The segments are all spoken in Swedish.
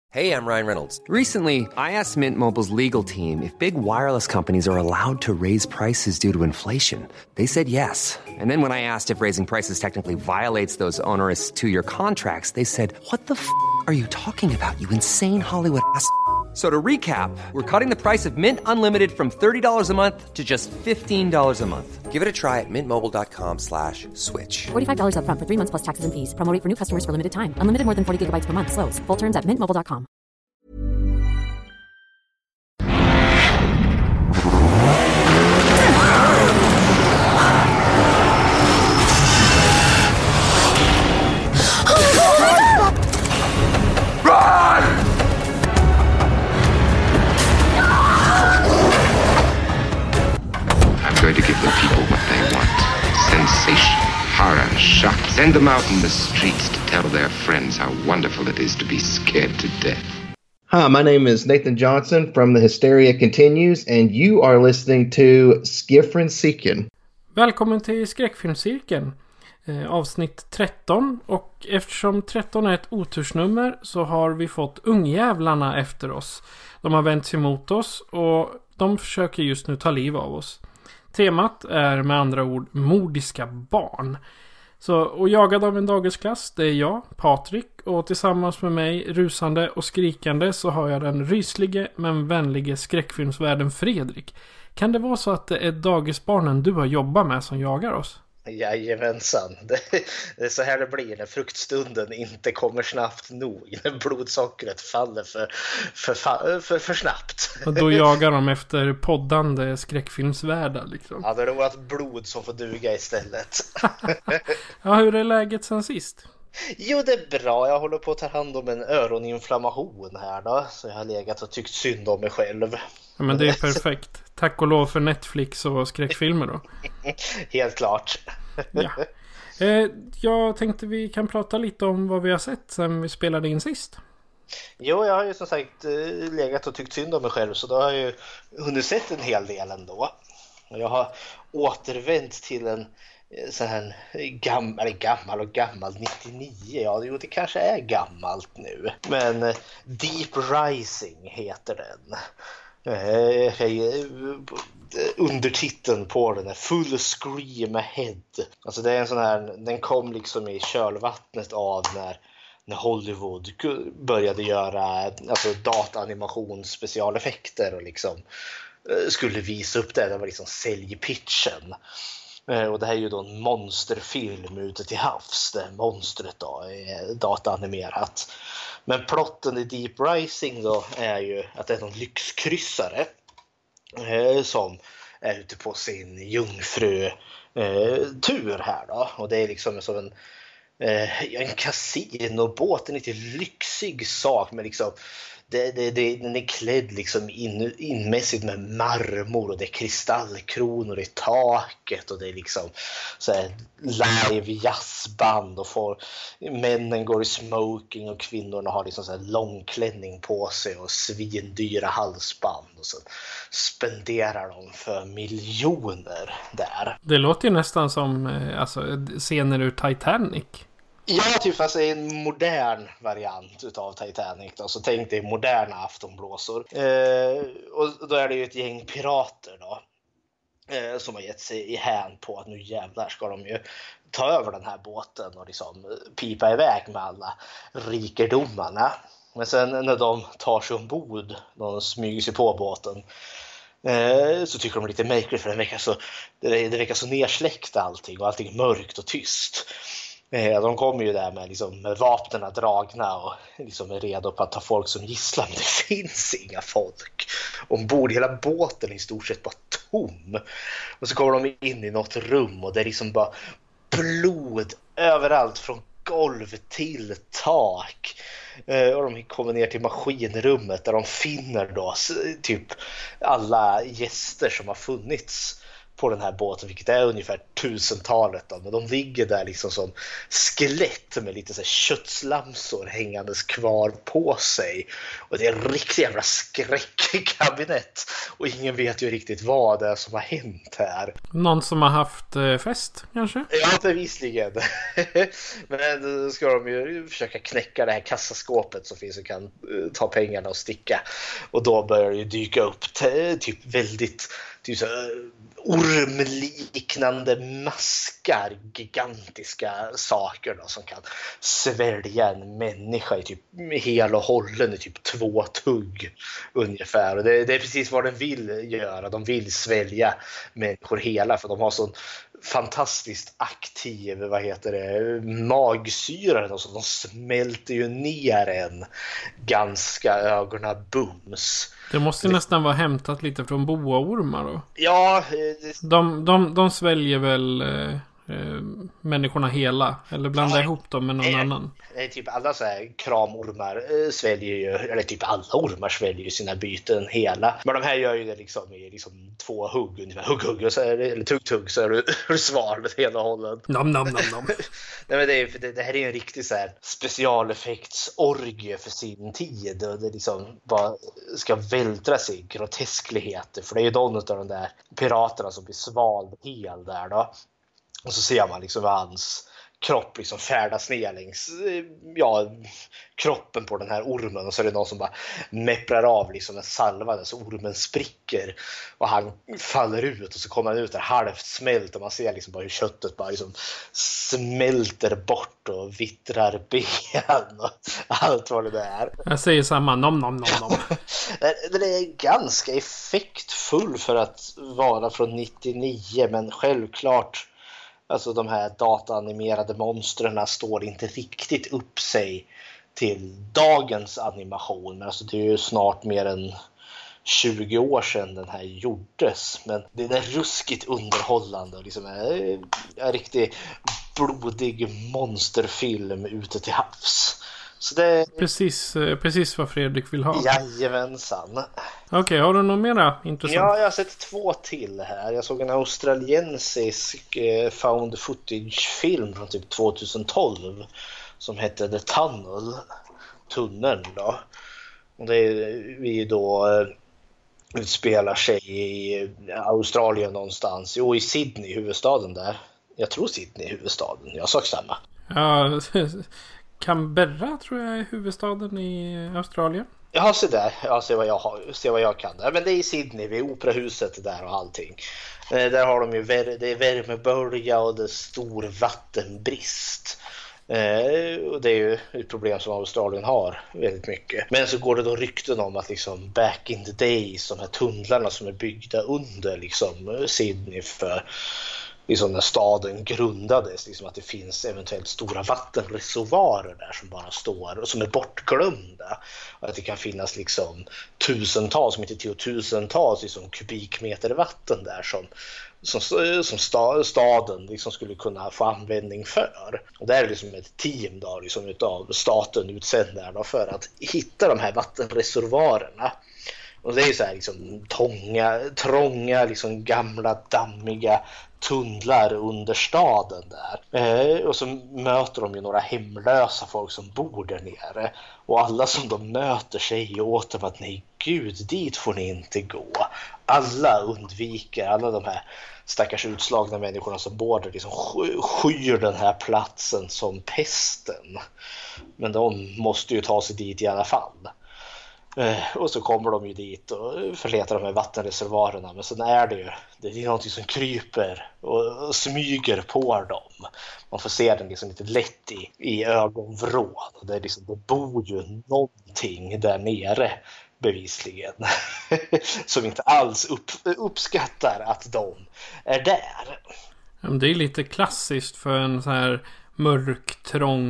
Hey, I'm Ryan Reynolds. Recently, I asked Mint Mobile's legal team if big wireless companies are allowed to raise prices due to inflation. They said yes. And then when I asked if raising prices technically violates those onerous two-year contracts, they said, "What the are you talking about, you insane Hollywood ass?" So to recap, we're cutting the price of Mint Unlimited from $30 a month to just $15 a month. Give it a try at mintmobile.com/switch. $45 up front for 3 months plus taxes and fees. Promo rate for new customers for limited time. Unlimited more than 40 gigabytes per month. Slows full terms at mintmobile.com. Going to give the people what they want. Sensation, horror, shock. Send them out in the streets to tell their friends how wonderful it is to be scared to death. Hi, my name is Nathan Johnson from The Hysteria Continues, and you are listening to Skräckfilmscirkeln. Välkommen till Skräckfilmscirkeln, avsnitt 13. Och eftersom 13 är ett otursnummer så har vi fått ungjävlarna efter oss. De har vänt sig mot oss och de försöker just nu ta liv av oss. Temat är med andra ord mordiska barn. Och jagad av en dagisklass, det är jag, Patrik. Och tillsammans med mig, rusande och skrikande, så har jag den ryslige men vänlige skräckfilmsvärden Fredrik. Kan det vara så att det är dagisbarnen du har jobbat med som jagar oss? Jajamensan. Det är så här det blir när fruktstunden inte kommer snabbt nog. När blodsockret faller för snabbt. Och då jagar de efter poddande skräckfilmsvärdar liksom. Ja, det är vårt blod som får duga istället. Ja, hur är läget sen sist? Jo, det är bra. Jag håller på att ta hand om en öroninflammation här då. Så jag har legat och tyckt synd om mig själv. Ja, men det är perfekt. Tack och lov för Netflix och skräckfilmer då. Helt klart. Ja. Jag tänkte vi kan prata lite om vad vi har sett sen vi spelade in sist. Jo, jag har ju som sagt legat och tyckt synd om mig själv, så då har jag ju hunnit sett en hel del ändå. Jag har återvänt till en sån här gammal 99. Ja, jo, det kanske är gammalt nu. Men Deep Rising heter den. Undertiteln på den är Full Scream Ahead. Alltså det är en sån här, den kom liksom i kölvattnet av när Hollywood började göra alltså dataanimation specialeffekter och liksom skulle visa upp det. Det var liksom säljpitchen. Och det här är ju då en monsterfilm ute till havs. Det monstret då är dataanimerat. Men plotten i Deep Rising då är ju att det är någon lyxkryssare som är ute på sin jungfru-tur här då. Och det är liksom som en kasinobåt, en lite lyxig sak, men liksom den är klädd liksom inmässigt med marmor och det är kristallkronor i taket och det är liksom så här live jazzband och männen går i smoking och kvinnorna har liksom så här långklänning på sig och svindyra halsband och så spenderar de för miljoner där. Det låter ju nästan som scener ur Titanic. Ja, typ fast en modern variant utav Titanic då. Så tänk dig moderna aftonblåsor. Och då är det ju ett gäng pirater då. Som har gett sig i hän på att nu jävlar ska de ju ta över den här båten och liksom pipa iväg med alla rikedomarna. Men sen när de tar sig ombord, de smyger sig på båten, så tycker de lite märkligt för det verkar så nersläckt allting och allting är mörkt och tyst. De kommer ju där med vapnen dragna och liksom är redo på att ta folk som gisslan. Men det finns inga folk ombord. Hela båten är i stort sett bara tom. Och så kommer de in i något rum och det är liksom bara blod överallt från golv till tak. Och de kommer ner till maskinrummet där de finner då typ alla gäster som har funnits på den här båten, vilket är ungefär 1000-talet då, men de ligger där liksom som skelett med lite så här köttslamsor hängandes kvar på sig, och det är en riktig jävla skräckkabinett och ingen vet ju riktigt vad det är som har hänt här. Någon som har haft fest kanske? Ja, bevisligen. Men då ska de ju försöka knäcka det här kassaskåpet som finns och kan ta pengarna och sticka, och då börjar det ju dyka upp typ väldigt typ så ormliknande maskar, gigantiska saker då, som kan svälja en människa i typ hel och hållen i typ 2 tugg ungefär. Och det är precis vad den vill göra. De vill svälja människor hela, för de har sån fantastiskt aktiv magsyra, alltså de smälter ju ner en ganska ögonabums. Det måste nästan vara hämtat lite från boaormar då. Ja, de sväljer väl människorna hela, eller blandar ihop dem med någon annan. Typ alla så här kramormar sväljer ju, eller typ alla ormar sväljer ju sina byten hela. Men de här gör ju det liksom i liksom 2 hugg ungefär. Hugg och så är det, eller tugg så är du svar med hela hållet. Nom. Nej, men det här är ju en riktig så här specialeffektsorgie för sin tid, och det liksom bara ska vältra sig i groteskligheter, för det är ju någon av de där piraterna som blir svald hel där då. Och så ser man liksom hans kropp liksom färdas ner längs kroppen på den här ormen, och så är det någon som bara mäpprar av liksom en salva så ormen spricker och han faller ut, och så kommer han ut där halvt smält, och man ser liksom bara hur köttet bara liksom smälter bort och vittrar ben och allt vad det är. Jag säger samma, nom. Den är ganska effektfull för att vara från 99, men självklart, alltså de här dataanimerade monstren står inte riktigt upp sig till dagens animation. Men alltså det är ju snart mer än 20 år sedan den här gjordes. Men det är ruskigt underhållande och liksom en riktigt blodig monsterfilm ute till havs. Så det är precis vad Fredrik vill ha. Jajamensan. Okej, har du något mera intressant? Ja, jag har sett 2 till här. Jag såg en australiensisk found footage-film från typ 2012 som hette The Tunnel, tunneln då. Och det är vi då utspelar sig i Australien någonstans. Jo, i Sydney, huvudstaden där. Jag tror Sydney är huvudstaden. Jag sa samma. Ja, Canberra tror jag är huvudstaden i Australien. Ja, se där. Ja, se vad jag kan. Ja, men det är i Sydney, vid operahuset där och allting. Där har de ju det är värmebölja och det är stor vattenbrist. Och det är ju ett problem som Australien har väldigt mycket. Men så går det då rykten om att liksom back in the days, de här tunnlarna som är byggda under liksom Sydney för liksom när staden grundades, liksom att det finns eventuellt stora vattenreservoarer där som bara står och som är bortglömda, och att det kan finnas liksom tusentals, om inte tiotusentals liksom kubikmeter vatten där som staden liksom skulle kunna få användning för. Och där är liksom ett team då, liksom utav staten utsänd där då, för att hitta de här vattenreservoarerna. Och det är ju så här liksom trånga liksom gamla dammiga tunnlar under staden där. Och så möter de ju några hemlösa folk som bor där nere. Och alla som de möter säger åt dem att nej gud, dit får ni inte gå. Alla undviker, alla de här stackars utslagna människorna som bor där liksom skyr den här platsen som pesten. Men de måste ju ta sig dit i alla fall. Och så kommer de ju dit och förletar de här vattenreservoarerna, men sen är det är någonting som kryper och smyger på dem. Man får se den liksom lite lätt i ögonvrån, och det bor ju någonting där nere bevisligen som inte alls uppskattar att de är där. Det är lite klassiskt för en så här mörk,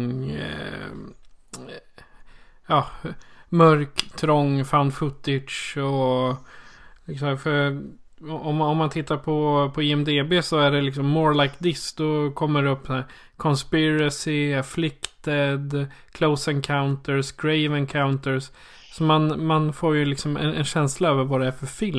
trång found footage, och liksom, för om man tittar på IMDb så är det liksom more like this, då kommer det upp här conspiracy, afflicted, close encounters, grave encounters, så man får ju liksom en känsla över vad det är för film.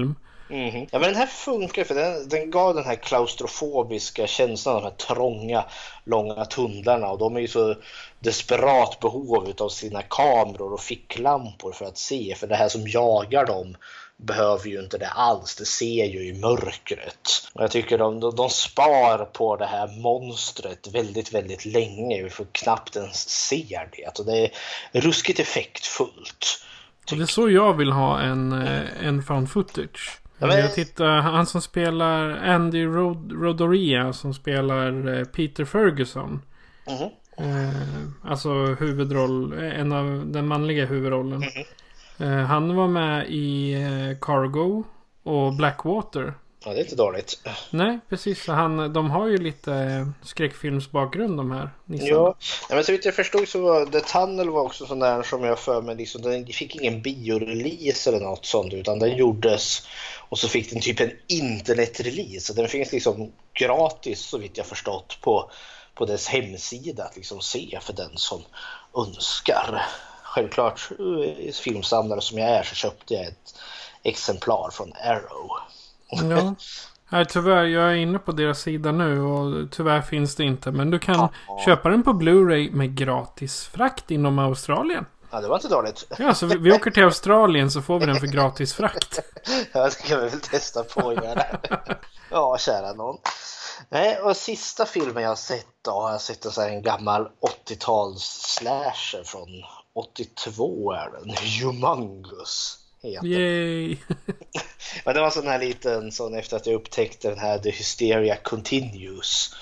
Mm-hmm. Ja, men den här funkar för den gav den här klaustrofobiska känslan av de här trånga, långa tunnlarna, och de är ju så desperat behov av sina kameror och ficklampor för att se, för det här som jagar dem behöver ju inte det alls, det ser ju i mörkret. Och jag tycker de spar på det här monstret väldigt, väldigt länge. Vi får knappt ens se det, och det är ruskigt effektfullt. Och det är så jag vill ha en found footage. Jag tittar, han som spelar Andy Rodoria, som spelar Peter Ferguson. Alltså huvudroll, en av den manliga huvudrollen. Han var med i Cargo och Blackwater. Ja, det är inte dåligt. Nej, precis. De har ju lite skräckfilmsbakgrund, de här nissarna. Ja, men så vitt jag förstod så var The Tunnel var också sån där som jag för mig liksom, den fick ingen biorelease eller något sånt, utan den gjordes och så fick den typ en internetrelease, och den finns liksom gratis så vitt jag förstått på dess hemsida att liksom se för den som önskar. Självklart, filmsamlare som jag är, så köpte jag ett exemplar från Arrow. Ja. Nej, tyvärr, jag är inne på deras sida nu och tyvärr finns det inte. Men du kan köpa den på Blu-ray med gratis frakt inom Australien. Ja, det var inte dåligt. Ja, så vi åker till Australien så får vi den för gratis frakt. Ja, det kan vi väl testa på att göra. Ja, kära någon. Nej, och sista filmen jag har sett då, har jag sett en gammal 80-tals slasher från 82 är den. Humongous heter. Yay! Men det var sån här liten, sån efter att jag upptäckte den här The Hysteria Continues.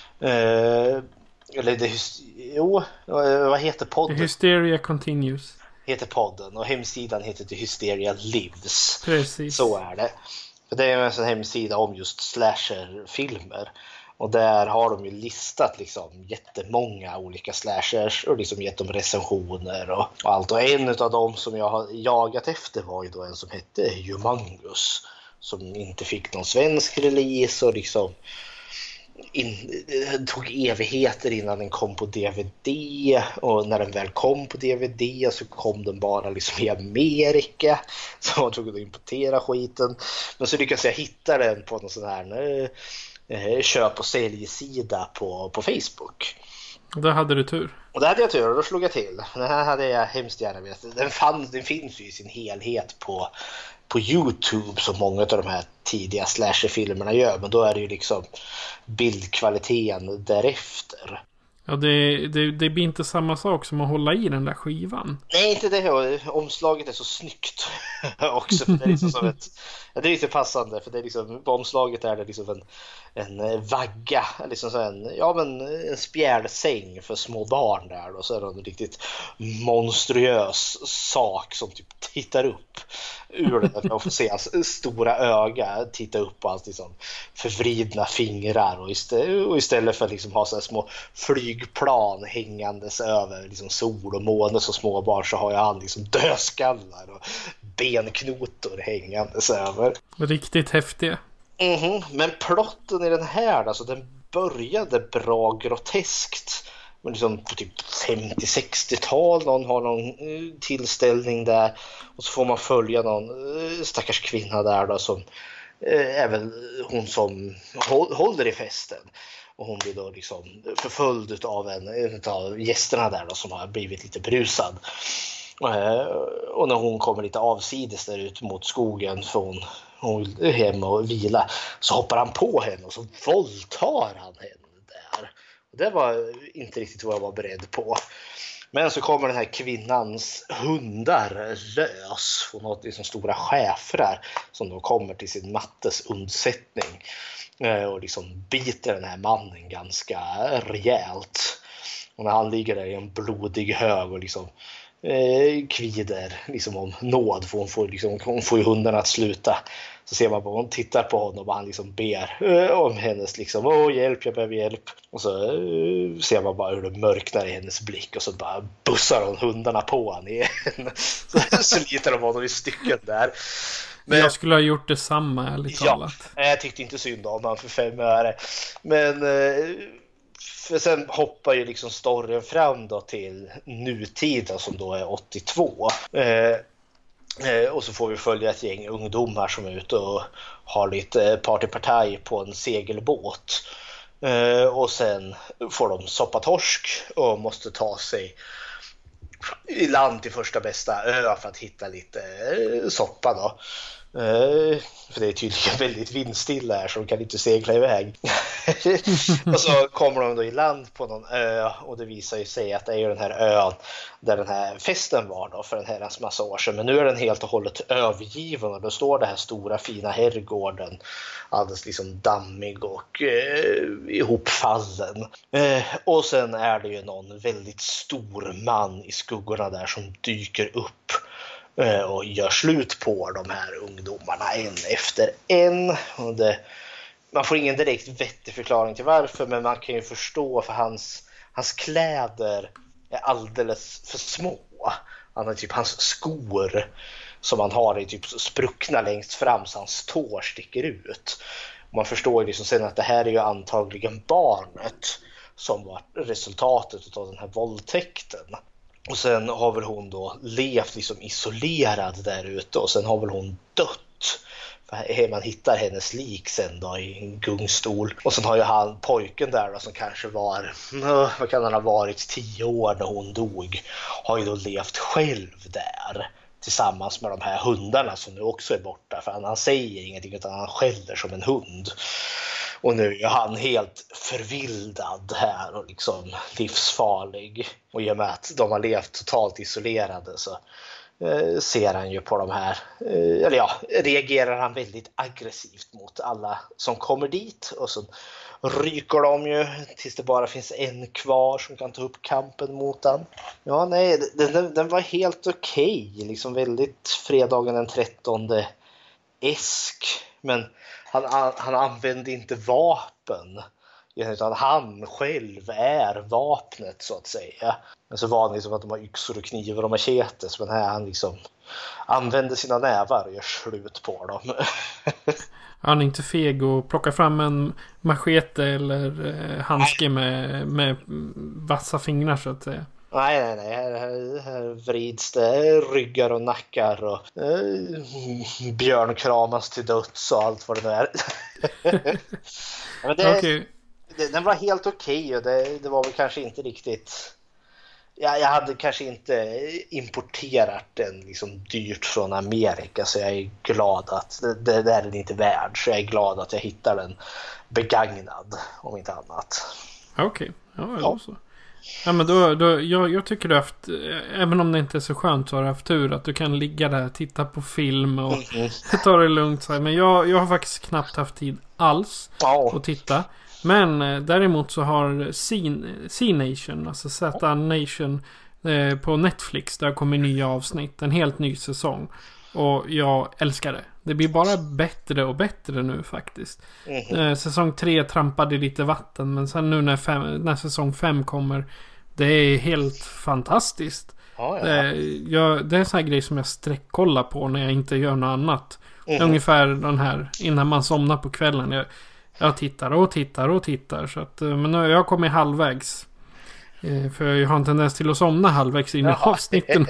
Vad heter podden? The Hysteria Continues. Heter podden, och hemsidan heter The Hysteria Lives. Precis. Så är det. För det är en sån hemsida om just slasherfilmer. Och där har de ju listat liksom jättemånga olika slashers och liksom gett dem recensioner och allt. Och en av dem som jag har jagat efter var ju då en som hette Humongous, som inte fick någon svensk release och liksom tog evigheter innan den kom på DVD, och när den väl kom på DVD så kom den bara liksom i Amerika, så man tog att importera skiten. Men så lyckades jag hitta den på någon sån här köp- och säljsida på Facebook. Där hade du tur. Och där hade jag tur och då slog jag till. Den här hade jag hemskt gärna vetat. Den finns ju i sin helhet på YouTube, som många av de här tidiga slasherfilmerna gör, men då är det ju liksom bildkvaliteten därefter. Ja, det blir inte samma sak som att hålla i den där skivan. Nej, inte det. Omslaget är så snyggt också, för det är liksom som det är lite passande, för det är liksom, på omslaget är det liksom en vagga, liksom så en spjälsäng för små barn där, och så är det en riktigt monstruös sak som typ tittar upp ur den, och får se hans stora öga titta upp på hans liksom förvridna fingrar, och istället för att liksom ha så här små flygplan hängandes över liksom sol och måne så små barn, så har jag han liksom dödskallar och benknotor hängandes över. Riktigt häftiga. Men plotten i den här, alltså, den började bra groteskt. Men liksom på typ 50-60-tal, någon har någon tillställning där, och så får man följa någon stackars kvinna där då, som är väl hon som håller i festen. Och hon blir då liksom förföljd av en av gästerna där då, som har blivit lite brusad. Och när hon kommer lite avsides där ut mot skogen, för hon är hemma och vila, så hoppar han på henne och så våldtar han henne där. Och det var inte riktigt vad jag var beredd på. Men så kommer den här kvinnans hundar lös. Hon har liksom stora schäfrar som då kommer till sin mattes undsättning och liksom biter den här mannen ganska rejält. Och när han ligger där i en blodig hög och liksom kvider liksom om nåd, för hon får ju hundarna att sluta, så ser man på hon tittar på honom och han liksom ber om hennes liksom, hjälp, jag behöver hjälp, och så ser man bara hur det mörknar i hennes blick, och så bara bussar hon hundarna på han igen. Så sliter de honom i stycken där. Men jag skulle ha gjort detsamma, ärligt talat. Jag tyckte inte synd om han för 5 öre. Men för sen hoppar ju liksom storyn fram då till nutiden, som då är 82. Och så får vi följa ett gäng ungdomar som är ute och har lite partypartaj på en segelbåt. Och sen får de soppatorsk och måste ta sig i land till första bästa ö för att hitta lite soppa då. För det är tydligen väldigt vindstilla här så de kan inte segla iväg. Och så kommer de då i land på någon ö och det visar ju sig att det är ju den här ön där den här festen var då för en herrans massa år sedan. Men nu är den helt och hållet övergiven och då står det här stora fina herrgården alldeles liksom dammig och ihopfallen. Och sen är det ju någon väldigt stor man i skuggorna där som dyker upp och gör slut på de här ungdomarna en efter en. Och man får ingen direkt vettig förklaring till varför, men man kan ju förstå för hans kläder är alldeles för små. Typ hans skor som han har är typ spruckna längst fram så hans tår sticker ut. Och man förstår ju liksom sen att det här är ju antagligen barnet som var resultatet av den här våldtäkten. Och sen har väl hon då levt liksom isolerad där ute och sen har väl hon dött. För man hittar hennes lik sen då i en gungstol. Och sen har ju han pojken där då, som kanske var, vad kan han ha varit, 10 år när hon dog. Har ju då levt själv där tillsammans med de här hundarna som nu också är borta. För han säger ingenting utan han skäller som en hund. Och nu är han helt förvildad här och liksom livsfarlig. Och i och med att de har levt totalt isolerade så ser han ju på de här, eller ja, reagerar han väldigt aggressivt mot alla som kommer dit. Och så ryker de ju tills det bara finns en kvar som kan ta upp kampen mot han. Ja, nej, den var helt okej. Liksom väldigt fredagen den 13:e esk. Men han använde inte vapen, utan han själv är vapnet så att säga. Men så var det liksom att de har yxor och knivar och machetes, men här han liksom använder sina nävar och gör slut på dem. Han är inte feg och plockar fram en machete eller handske med vassa fingrar så att säga. Nej. Här vrids det ryggar och nackar och björnkramas till döds och allt vad det nu är. Men den var helt okej och det var väl kanske inte riktigt... Jag hade kanske inte importerat den liksom dyrt från Amerika, så jag är glad att det är den inte värd, så jag är glad att jag hittar den begagnad om inte annat. Okej. Ja. Så. Ja, men jag tycker du har haft, även om det inte är så skönt så har du haft tur att du kan ligga där, titta på film och ta det lugnt. Så här. Men jag har faktiskt knappt haft tid alls att titta. Men däremot så har C-Nation, alltså Z-Nation på Netflix, där kommer nya avsnitt, en helt ny säsong. Och jag älskar det. Det blir bara bättre och bättre nu faktiskt. Säsong 3 trampade lite vatten, men sen nu när säsong 5 kommer, det är helt fantastiskt. Det är en sån här grej som jag sträckkollar på när jag inte gör något annat. Ungefär den här innan man somnar på kvällen. Jag tittar så att, men nu har jag kommit halvvägs. För jag har en tendens till att somna halvvägs in i avsnitten.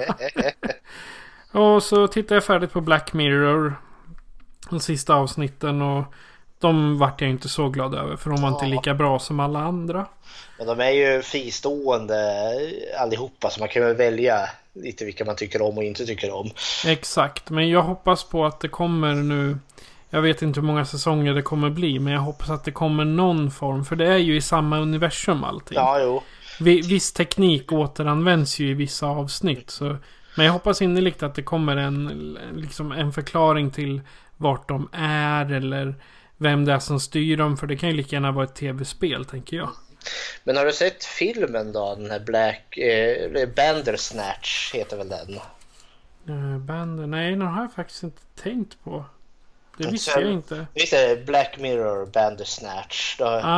Och så tittar jag färdigt på Black Mirror, de sista avsnitten, och de vart jag inte så glad över, för de var inte lika bra som alla andra. Men de är ju fristående allihopa, så man kan väl välja lite vilka man tycker om och inte tycker om. Exakt, men jag hoppas på att det kommer nu. Jag vet inte hur många säsonger det kommer bli, men jag hoppas att det kommer någon form, för det är ju i samma universum allting. Ja, jo. Viss teknik återanvänds ju i vissa avsnitt, så... Men jag hoppas innerligt att det kommer en förklaring till vart de är eller vem det är som styr dem, för det kan ju lika gärna vara ett tv-spel, tänker jag. Men har du sett filmen då? Den här Bandersnatch heter väl den? Nej, den har jag faktiskt inte tänkt på. Det visste jag inte. Visst är det Black Mirror Bandersnatch?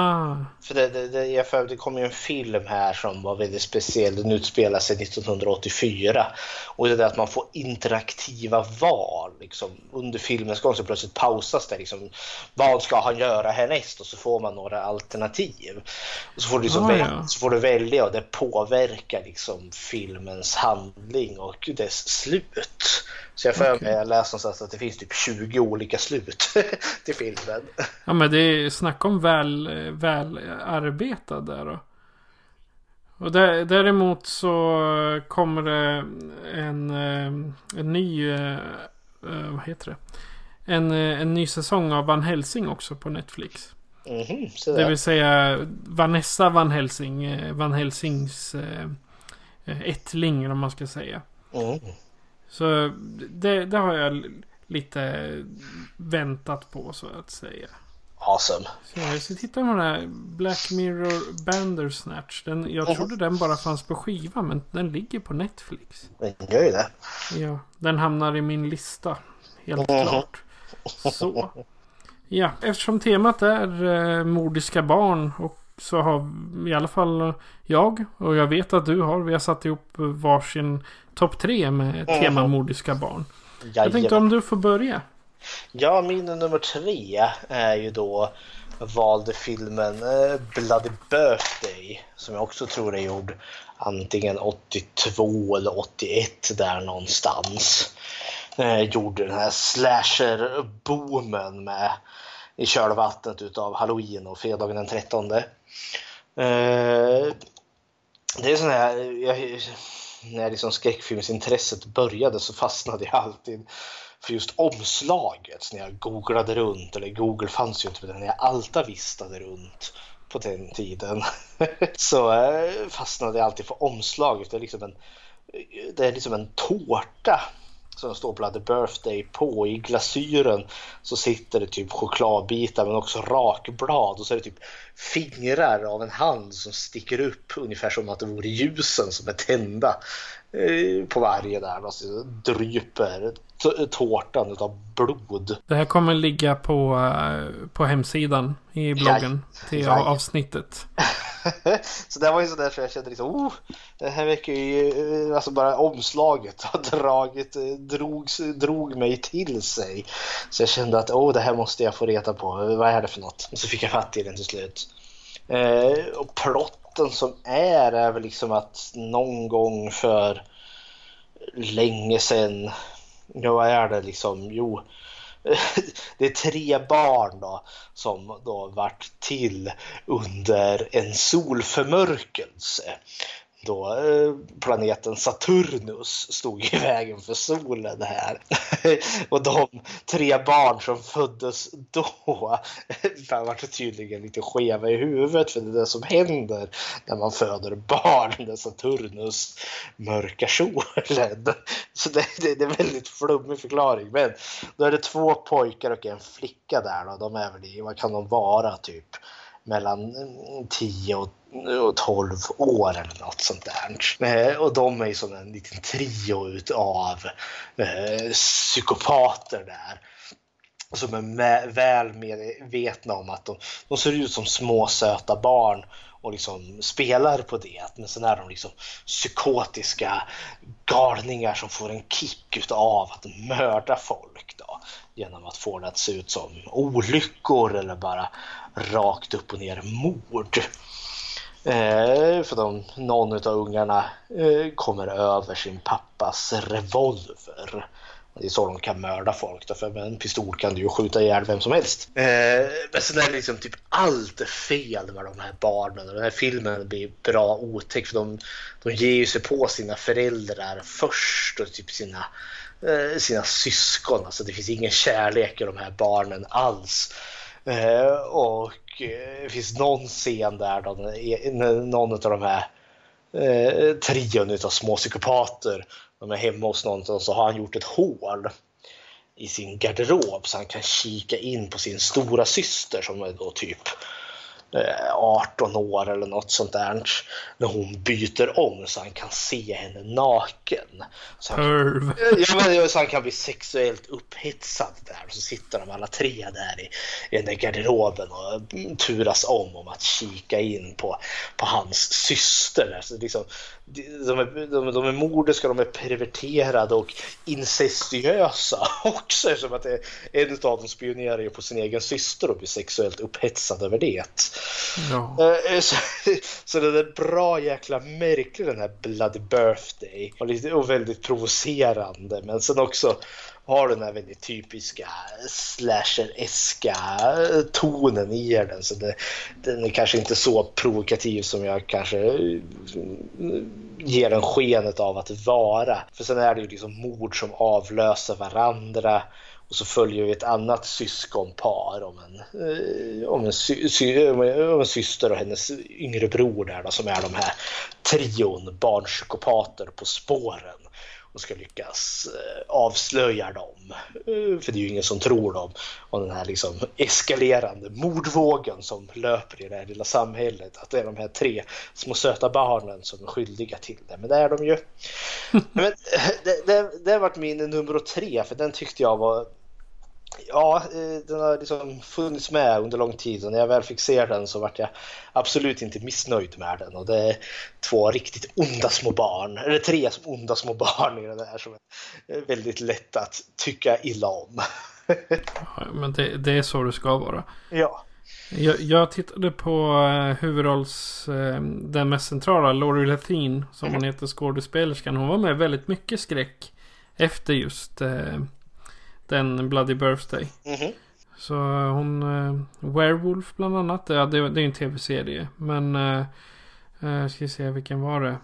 För det kom ju en film här som var väldigt speciell. Den utspelar sig 1984. Och det är att man får interaktiva val. Liksom. Under filmens gång så plötsligt pausas det. Liksom, vad ska han göra härnäst? Och så får man några alternativ. Och så får du, så får du välja, och det påverkar liksom filmens handling och dess slut. Så jag läste någonstans att det finns typ 20 olika slut till filmen. Ja, men det är snack om väl arbetad där då. Och däremot så kommer det en ny vad heter det? En ny säsong av Van Helsing också på Netflix. Det vill säga Vanessa Van Helsing, Van Helsings ättling om man ska säga. Så det har jag lite väntat på så att säga. Awesome. Så jag ska titta på den här Black Mirror Bandersnatch. Jag trodde den bara fanns på skiva, men den ligger på Netflix. Den gör ju det. Ja, den hamnar i min lista. Helt klart. Så. Ja, eftersom temat är mordiska barn och så har i alla fall jag och jag vet att du har. Vi har satt ihop varsin topp 3 med tema mordiska barn. Jag tänkte om du får börja. Ja, min nummer 3 är ju då valde filmen Bloody Birthday, som jag också tror är gjord antingen 82 eller 81 där någonstans. Gjorde den här slasher-boomen med i kölvattnet utav Halloween och fredagen den 13. Det är sån här, när liksom skräckfilmsintresset började så fastnade jag alltid för just omslaget. Så när jag googlade runt, eller Google fanns ju inte, men när jag altavistade runt på den tiden så fastnade jag alltid för omslaget. Det är liksom en tårta som står Bloody Birthday på. I glasyren så sitter det typ chokladbitar men också rakblad, och så är det typ fingrar av en hand som sticker upp ungefär som att det vore ljusen som är tända på varje där, och så dryper tårtan utav blod. Det här kommer ligga på hemsidan i bloggen till avsnittet. Så det var ju så där för jag kände liksom, det här verkar ju, alltså bara omslaget har drog mig till sig. Så jag kände att det här måste jag få reda på. Vad är det för något? Och så fick jag fatt i den till slut. Och plotten som är väl liksom att någon gång för länge sedan, vad är det liksom? Jo, det är 3 barn då som då varit till under en solförmörkelse då planeten Saturnus stod i vägen för solen här. Och de 3 barn som föddes då var tydligen lite skeva i huvudet, för det är det som händer när man föder barn när Saturnus mörka solen. Så det är en väldigt flummig förklaring, men då är det 2 pojkar och en flicka där då. De är väl vad kan de vara, typ mellan 10 och 12 år eller något sånt där. Och de är ju som en liten trio utav psykopater där, som är väl medvetna om att de ser ut som små söta barn och liksom spelar på det, men sen är de liksom psykotiska galningar som får en kick utav att mörda folk då, genom att få det att se ut som olyckor eller bara rakt upp och ner mord. För någon av ungarna kommer över sin pappas revolver. Det är så de kan mörda folk då, för med en pistol kan du ju skjuta ihjäl vem som helst. Men sen är det liksom typ allt är fel med de här barnen. Den här filmen blir bra otäck, för de ger ju sig på sina föräldrar först och typ sina syskon. Alltså det finns ingen kärlek i de här barnen alls. Och det finns någon scen där då någon av de här trion utav små psykopater, de är hemma hos någon, så har han gjort ett hål i sin garderob så han kan kika in på sin stora syster som är då typ 18 år eller något sånt där, när hon byter om så han kan se henne naken. Så han kan bli sexuellt upphetsad där, och så sitter de alla 3 där i den där garderoben och turas om att kika in på hans syster. Så liksom, de är mordiska, de är perverterade och incestuösa också, som att en av dem spionerar ju på sin egen syster och blir sexuellt upphetsad över det. Ja. Så det är bra jäkla märklig den här Bloody Birthday och väldigt provocerande, men sen också har den här väldigt typiska slasher-eska tonen i den, så den är kanske inte så provokativ som jag kanske ger den skenet av att vara. För sen är det ju liksom mord som avlöser varandra, och så följer vi ett annat syskonpar om en syster och hennes yngre bror där då, som är de här trion barnpsykopater på spåren, och ska lyckas avslöja dem. För det är ju ingen som tror dem. Och den här liksom eskalerande mordvågen som löper i det här lilla samhället. Att det är de här 3 små söta barnen som är skyldiga till det. Men det är de ju. Men det har varit min nummer 3. För den tyckte jag var... Ja, den har liksom funnits med under lång tid, och när jag väl fick se den så vart jag absolut inte missnöjd med den. Och det är 2 riktigt onda små barn, eller 3 onda små barn i den där som är väldigt lätt att tycka illa om. Ja, men det är så det ska vara. Ja. Jag tittade på huvudrolls, den mest centrala, Laurie Lathine, som hon heter, skådespelerskan. Hon var med väldigt mycket skräck efter just... den Bloody Birthday. Så hon... Werewolf bland annat. Ja, det är en tv-serie. Men... ska se, vilken var det?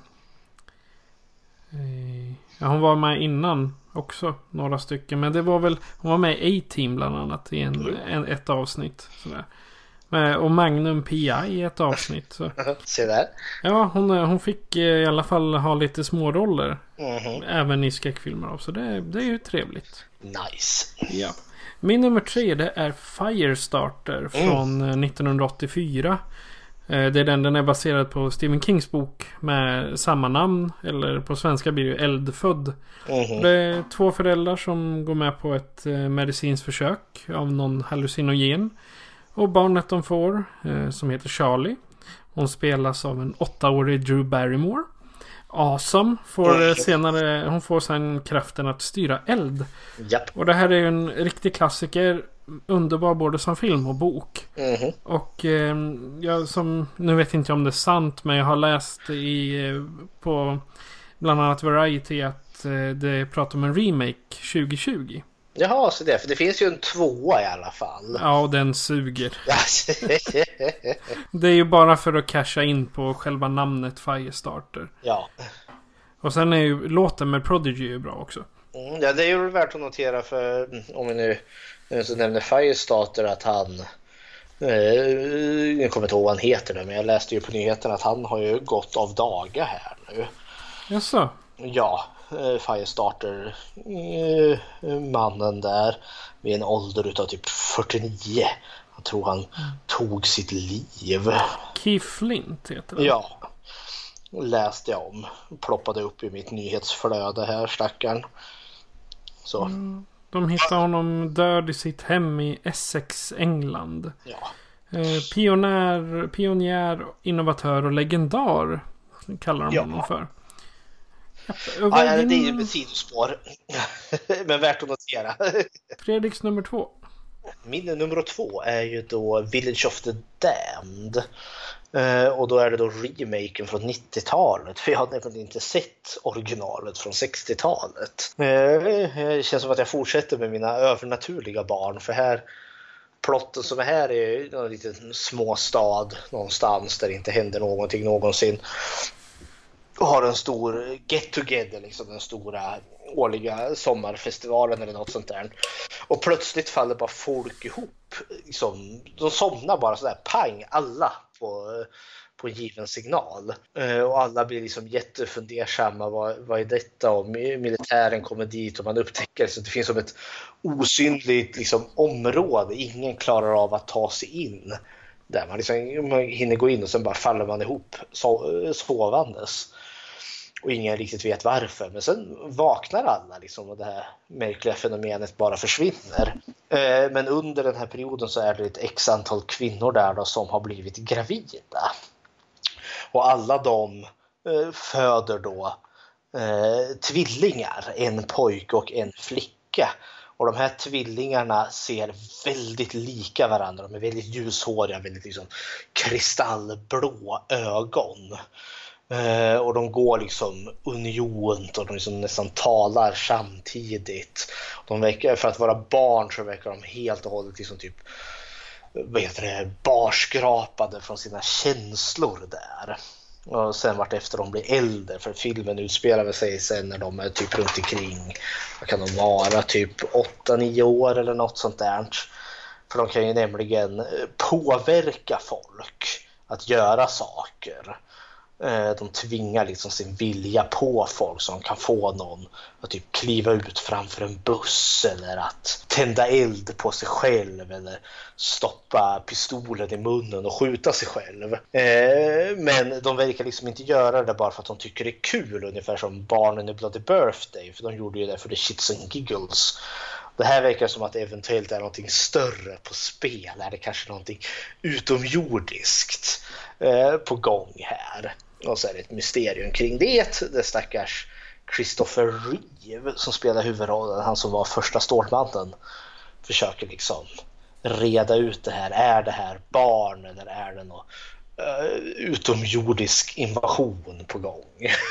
Ja, hon var med innan också. Några stycken. Men det var väl... Hon var med i A-Team bland annat. I ett avsnitt. Sådär. Och Magnum P.I. i ett avsnitt. Så. Se där. Ja, hon fick i alla fall ha lite små roller. Även i skräckfilmer. Så det är ju trevligt. Nice. Ja. Min nummer 3, det är Firestarter från 1984. Det är den är baserad på Stephen Kings bok med samma namn. Eller på svenska blir det Eldfödd. Det är 2 föräldrar som går med på ett medicinskt försök av någon hallucinogen. Och barnet de får, som heter Charlie. Hon spelas av en 8-årig Drew Barrymore. Awesome. Hon får sen kraften att styra eld. Japp. Och det här är ju en riktig klassiker. Underbar både som film och bok. Och nu vet inte om det är sant, men jag har läst på bland annat Variety att det pratar om en remake 2020. Jaha, så det. För det finns ju en 2 i alla fall. Ja, och den suger. Det är ju bara för att casha in på själva namnet Firestarter. Ja. Och sen är ju låten med Prodigy ju bra också. Ja, det är ju värt att notera, för om vi nu så nämner Firestarter att han... jag kommer inte ihåg vad han heter nu, men jag läste ju på nyheterna att han har ju gått av daga här nu. Jaså? Ja, Firestarter mannen där vid en ålder utav typ 49. Jag tror han tog sitt liv. Keith Flint heter det. Ja, läste jag om. Ploppade upp i mitt nyhetsflöde här, stackaren. Så. De hittade honom död i sitt hem i Essex, England. Ja. Pionjär, innovatör och legendar kallar de honom för. Ja, det är ju ett sidospår. Men värt att notera. Fredriks nummer 2. Min nummer 2 är ju då Village of the Damned. Och då är det då remaken från 90-talet. För jag har nämligen inte sett originalet från 60-talet. Det känns som att jag fortsätter med mina övernaturliga barn. För här, plotten som är här är en liten småstad någonstans där det inte händer någonting någonsin. Och har en stor get-together, liksom den stora årliga sommarfestivalen eller något sånt där. Och plötsligt faller bara folk ihop. Liksom, de somnar bara sådär, pang, alla på en given signal. Och alla blir liksom jättefundersamma, vad är detta? Och militären kommer dit och man upptäcker så att det finns som ett osynligt liksom, område. Ingen klarar av att ta sig in. Där man hinner gå in och sen bara faller man ihop sovandes. Och ingen riktigt vet varför. Men sen vaknar alla liksom, och det här märkliga fenomenet bara försvinner. Men under den här perioden så är det ett x antal kvinnor där då, som har blivit gravida. Och alla de föder då tvillingar. En pojke och en flicka. Och de här tvillingarna ser väldigt lika varandra. De är väldigt ljushåriga, väldigt liksom kristallblå ögon. Och de går liksom uniont och de liksom nästan talar samtidigt. De verkar, för att vara barn så verkar de helt och hållet liksom typ, vad heter det, barskrapade från sina känslor där. Och sen vart efter de blir äldre, för filmen utspelar sig sen när de är typ runt omkring, vad kan de vara, typ 8-9 år eller något sånt där. För de kan ju nämligen påverka folk att göra saker. De tvingar liksom sin vilja på folk, så de kan få någon att typ kliva ut framför en buss eller att tända eld på sig själv eller stoppa pistolen i munnen och skjuta sig själv. Men de verkar liksom inte göra det bara för att de tycker det är kul, ungefär som barnen i Bloody Birthday, för de gjorde ju det för the shits and giggles. Det här verkar som att det eventuellt är någonting större på spel. Är det kanske någonting utomjordiskt på gång här? Och så är det ett mysterium kring det. Det stackars Christopher Reeve som spelar huvudrollen, han som var första Stålmannen, försöker liksom reda ut det här. Är det här barn eller är det någon utomjordisk invasion på gång?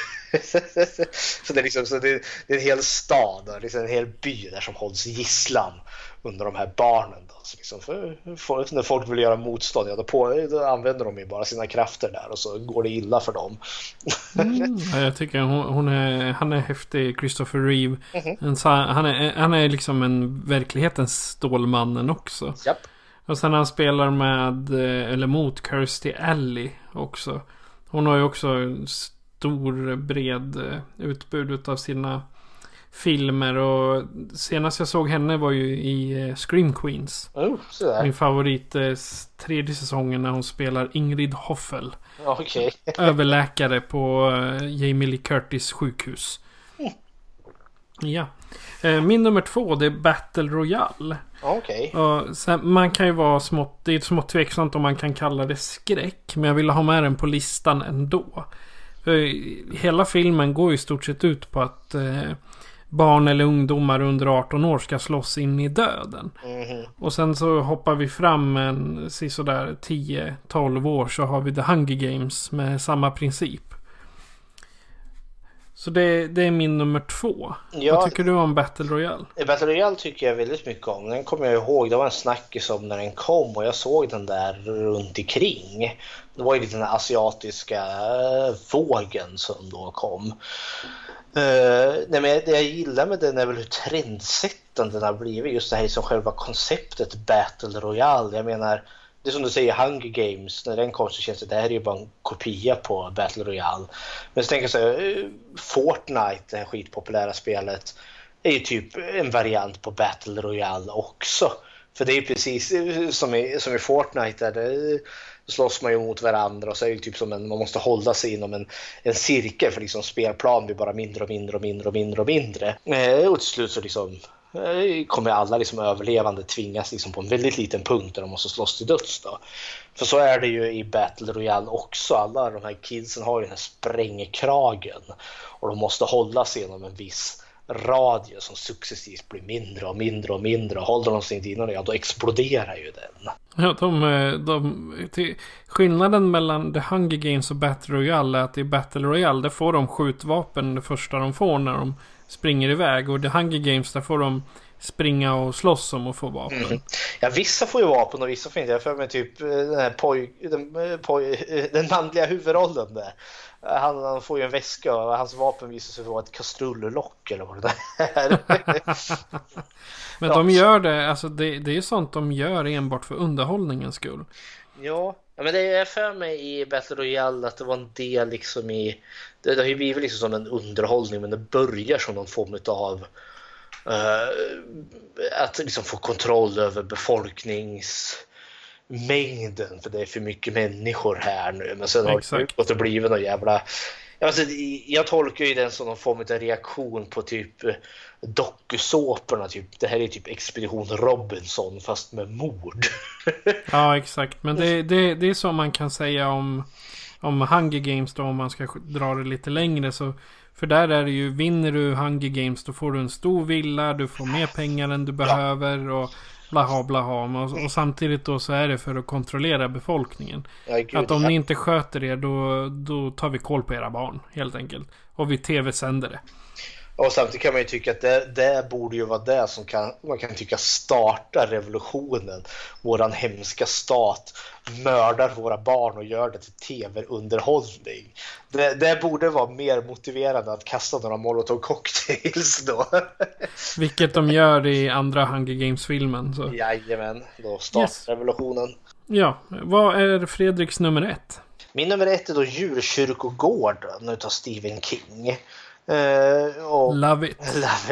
Så det är liksom, så det är en hel stad, liksom en hel by där som hålls gisslan under de här barnen då. Så liksom när folk vill göra motstånd, då använder de ju bara sina krafter där och så går det illa för dem. Jag tycker han är häftig, Christopher Reeve. Han är liksom en verklighetens Stålmannen också. Japp. Och sen han spelar med eller mot Kirstie Alley också. Hon har ju också stor bred utbud av sina filmer, och senast jag såg henne var ju i Scream Queens. Min favorit, tredje säsongen, när hon spelar Ingrid Hoffel. Okay. Överläkare på Jamie Lee Curtis sjukhus. Ja. Min nummer 2, det är Battle Royale. Okay. Och sen, man kan ju vara det är smått tveksamt om man kan kalla det skräck, men jag ville ha med den på listan ändå. För hela filmen går i stort sett ut på att barn eller ungdomar under 18 år ska slåss in i döden. Och sen så hoppar vi fram sådär 10-12 år, så har vi The Hunger Games med samma princip. Så det är min nummer 2. Ja, vad tycker du om Battle Royale? Battle Royale tycker jag väldigt mycket om. Den kommer jag ihåg, det var en snackis om när den kom, och jag såg den där runt omkring. Det var ju lite den asiatiska vågen som då kom. Nej, men det jag gillar med den är väl hur trendsättande den har blivit. Just det här som själva konceptet Battle Royale. Jag menar, det är som du säger, Hunger Games, när den kom så känns det här är ju bara en kopia på Battle Royale. Men så tänker jag så här, Fortnite, det här skitpopulära spelet, är ju typ en variant på Battle Royale också. För det är precis som i Fortnite, där det slåss man ju mot varandra, och så är det typ som man måste hålla sig inom en cirkel, för liksom spelplan blir bara mindre och mindre och mindre och mindre och mindre. Och till slut så liksom kommer alla liksom överlevande tvingas liksom på en väldigt liten punkt där de måste slåss till döds då. För så är det ju i Battle Royale också. Alla de här kidsen har ju den här sprängkragen, och de måste hålla sig inom en viss radie som successivt blir mindre och mindre och mindre, och håller de sig inte innan det, då exploderar ju den. Ja, skillnaden mellan The Hunger Games och Battle Royale är att i Battle Royale där får de skjutvapen det första de får när de springer iväg, och The Hunger Games där får de springa och slåss om att få vapen. Ja, vissa får ju vapen och vissa får inte. Jag för mig typ den manliga huvudrollen där. Han får ju en väska, och hans vapen visar sig vara ett kastrullock eller vad det är. Men de gör det, alltså det är sånt de gör enbart för underhållningens skull. Ja, men det är för mig i Battle Royale att det var en del liksom i... Det har ju blivit liksom som en underhållning, men det börjar som någon form av att liksom få kontroll över befolkningsmängden, för det är för mycket människor här nu. Men sen har det gått och blivit någon jävla... Alltså, jag tolkar ju den som någon form av reaktion på typ dokusåporna, typ. Det här är typ Expedition Robinson fast med mord. Ja, exakt. Men det är så man kan säga om Hunger Games då, om man ska dra det lite längre, så För där är det ju, vinner du Hunger Games då får du en stor villa, du får mer pengar än du behöver och blaha blaha. Och samtidigt då så är det för att kontrollera befolkningen. Att om ni inte sköter det då tar vi koll på era barn helt enkelt. Och vi tv-sänder det. Och samtidigt kan man ju tycka att det borde ju vara det som man kan tycka starta revolutionen. Våran hemska stat mördar våra barn och gör det till tv-underhållning. Det borde vara mer motiverande att kasta några molotov cocktails då. Vilket de gör i andra Hunger Games-filmen. Så. Jajamän, då startar revolutionen. Ja, vad är Fredriks nummer 1? Min nummer 1 är då Djurkyrkogården utav Stephen King. Love it.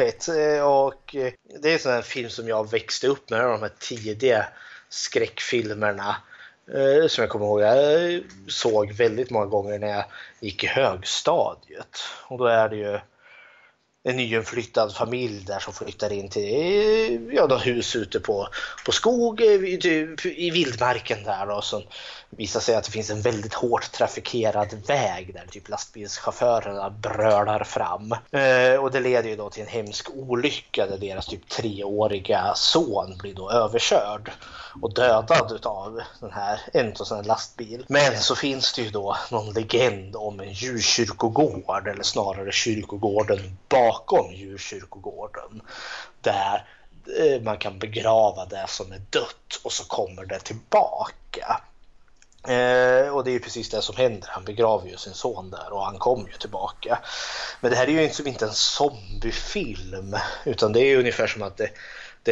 Och det är en sån här film som jag växte upp med, de här tidiga skräckfilmerna som jag kommer ihåg. Jag såg väldigt många gånger när jag gick i högstadiet. Och då är det ju en nyinflyttad familj där som flyttar in till något hus ute på skog i vildmarken där, och så visar sig att det finns en väldigt hårt trafikerad väg där typ lastbilschaufförerna brölar fram. Och det leder ju då till en hemsk olycka där deras typ 3-åriga son blir då överkörd och dödad utav en sån här lastbil. Men så finns det ju då någon legend om en djurkyrkogård, eller snarare kyrkogården bakom djurkyrkogården, där man kan begrava det som är dött och så kommer det tillbaka. Och det är ju precis det som händer. Han begraver ju sin son där och han kommer ju tillbaka. Men det här är ju inte en zombiefilm, utan det är ju ungefär som att det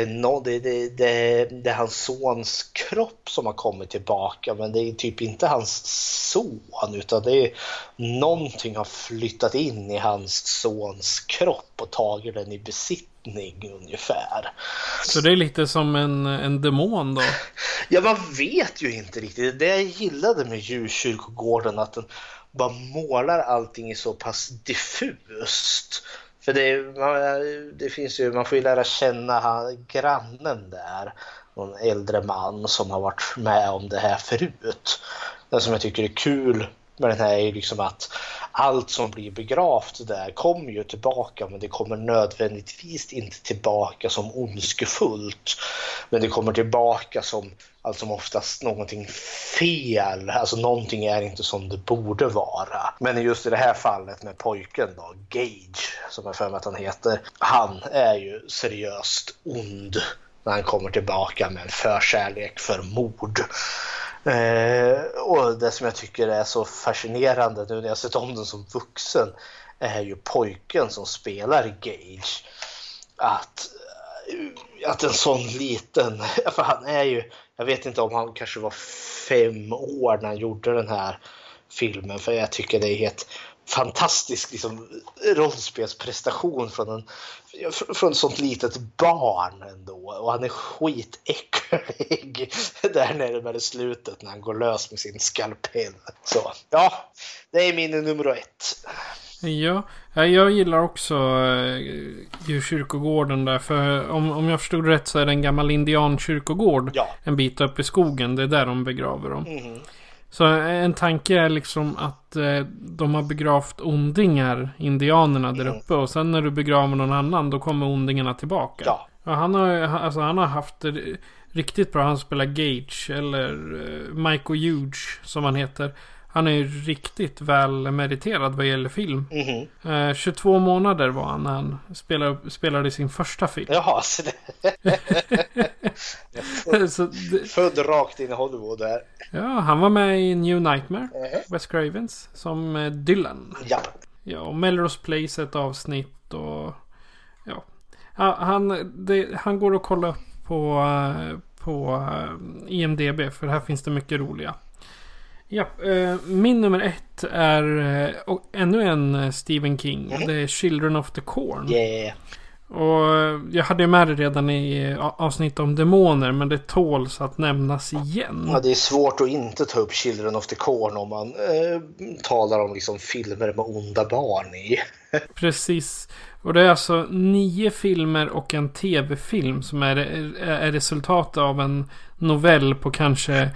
är hans sons kropp som har kommit tillbaka, men det är typ inte hans son, utan det är någonting har flyttat in i hans sons kropp och tagit den i besittning ungefär. Så det är lite som en demon då? Ja, man vet ju inte riktigt. Det jag gillade med Djurkyrkogården, att den bara målar allting i så pass diffust. För det finns ju, man får ju lära känna grannen där, någon äldre man som har varit med om det här förut. Det som jag tycker är kul med den här är liksom att allt som blir begravt där kommer ju tillbaka, men det kommer nödvändigtvis inte tillbaka som ondskefullt, men det kommer tillbaka som alltså oftast någonting fel, alltså någonting är inte som det borde vara. Men just i det här fallet med pojken då, Gage, som jag för mig att han heter, han är ju seriöst ond när han kommer tillbaka med en förkärlek för mord. Och det som jag tycker är så fascinerande nu när jag sett om den som vuxen är ju pojken som spelar Gage. Att en sån liten, för han är ju, jag vet inte om han kanske var 5 år när han gjorde den här filmen, för jag tycker det är helt fantastisk liksom, rollspelsprestation från ett sånt litet barn ändå, och han är skitäcklig där nere med det slutet när han går lös med sin skalpell. Så ja, det är min nummer 1. Ja, jag gillar också djurkyrkogården där, för om jag förstod rätt så är det en gammal indiankyrkogård en bit upp i skogen, det är där de begraver dem. Mm. Så en tanke är liksom att de har begravt ondingar, indianerna där uppe, och sen när du begraver någon annan då kommer ondingarna tillbaka. Ja. Han har haft det riktigt bra. Han spelar Gage, eller Michael Hughes som han heter. Han är ju riktigt väl meriterad vad gäller film. 22 månader var han när han spelade sin första film. Jaha, så född rakt in i Hollywood där. Ja, han var med i New Nightmare, Wes Cravens, som Dylan. Ja, och Melrose Place ett avsnitt, och han går att kolla upp på IMDb, för här finns det mycket roliga. Ja, min nummer 1 är ännu en Stephen King. Det är Children of the Corn. Yeah. Och jag hade med det redan i avsnitt om demoner, men det tåls att nämnas igen. Ja, det är svårt att inte ta upp Children of the Corn om man talar om liksom filmer med onda barn i. Precis. Och det är alltså 9 filmer och en tv-film som är resultatet av en novell på kanske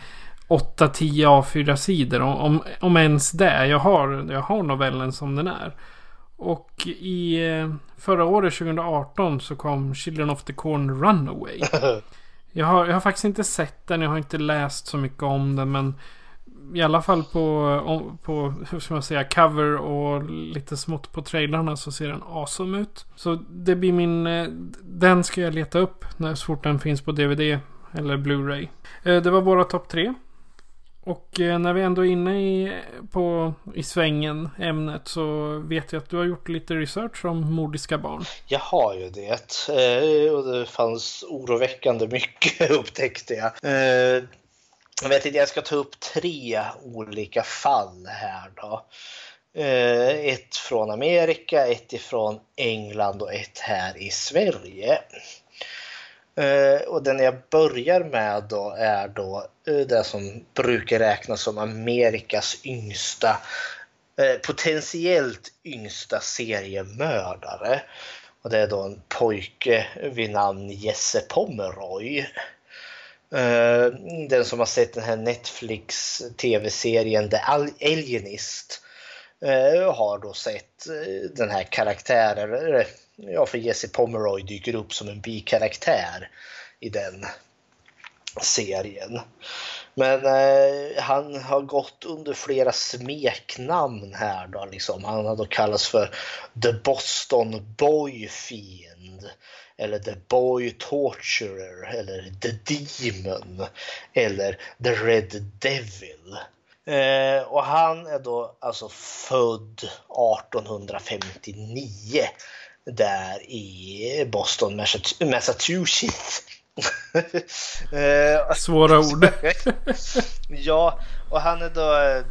8-10 A4-sidor, om ens det. Jag har novellen som den är. Och i förra året 2018 så kom Children of the Corn Runaway. Jag har faktiskt inte sett den, jag har inte läst så mycket om den, men i alla fall på hur ska man säga, cover och lite smått på trailerna så ser den awesome ut. Så det blir den ska jag leta upp så fort den finns på DVD eller Blu-ray. Det var våra topp 3. Och när vi ändå är inne i svängen ämnet så vet jag att du har gjort lite research om mordiska barn. Jag har ju det. Och det fanns oroväckande mycket upptäckte jag. Jag vet inte, jag ska ta upp 3 olika fall här då. Ett från Amerika, ett ifrån England och ett här i Sverige. Och den jag börjar med då är då det som brukar räknas som Amerikas yngsta, potentiellt yngsta seriemördare. Och det är då en pojke vid namn Jesse Pomeroy. Den som har sett den här Netflix tv-serien The Alienist har då sett den här karaktären. Ja, för Jesse Pomeroy dyker upp som en bikaraktär i den serien. Men han har gått under flera smeknamn här då liksom. Han har då kallats för The Boston Boy Fiend, eller The Boy Torturer, eller The Demon, eller The Red Devil. Och han är då alltså född 1859 där i Boston, Massachusetts. Svåra ord. Ja, och han är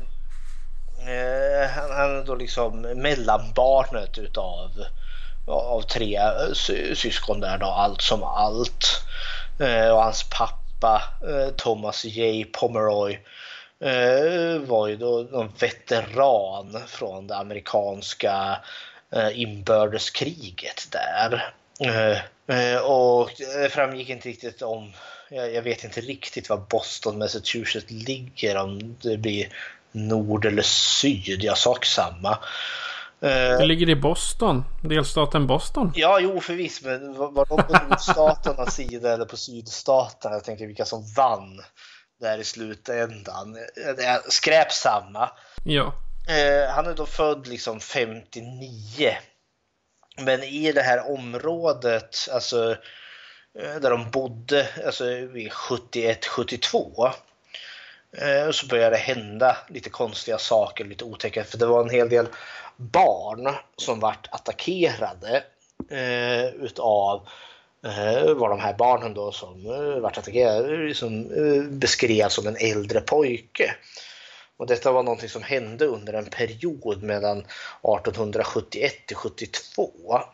då liksom mellanbarnet av 3 syskon där då, allt som allt. Och hans pappa Thomas J. Pomeroy var ju då en veteran från det amerikanska inbördeskriget där. Och det framgick inte riktigt om, jag vet inte riktigt var Boston, Massachusetts ligger, om det blir nord eller syd, jag sak samma. Det ligger i Boston, delstaten Boston. Ja, jo förvisso, men var de på nordstaternas sida eller på sydstaterna? Jag tänker vilka som vann där i slutändan. Det är skräpsamma. Ja. Han är då född liksom 59. Men i det här området, alltså där de bodde, alltså vid 71-72, så började det hända lite konstiga saker, lite otäcka. För det var en hel del barn som vart attackerade utav var de här barnen då som vart attackerade som beskrevs som en äldre pojke. Och detta var någonting som hände under en period mellan 1871 till 72.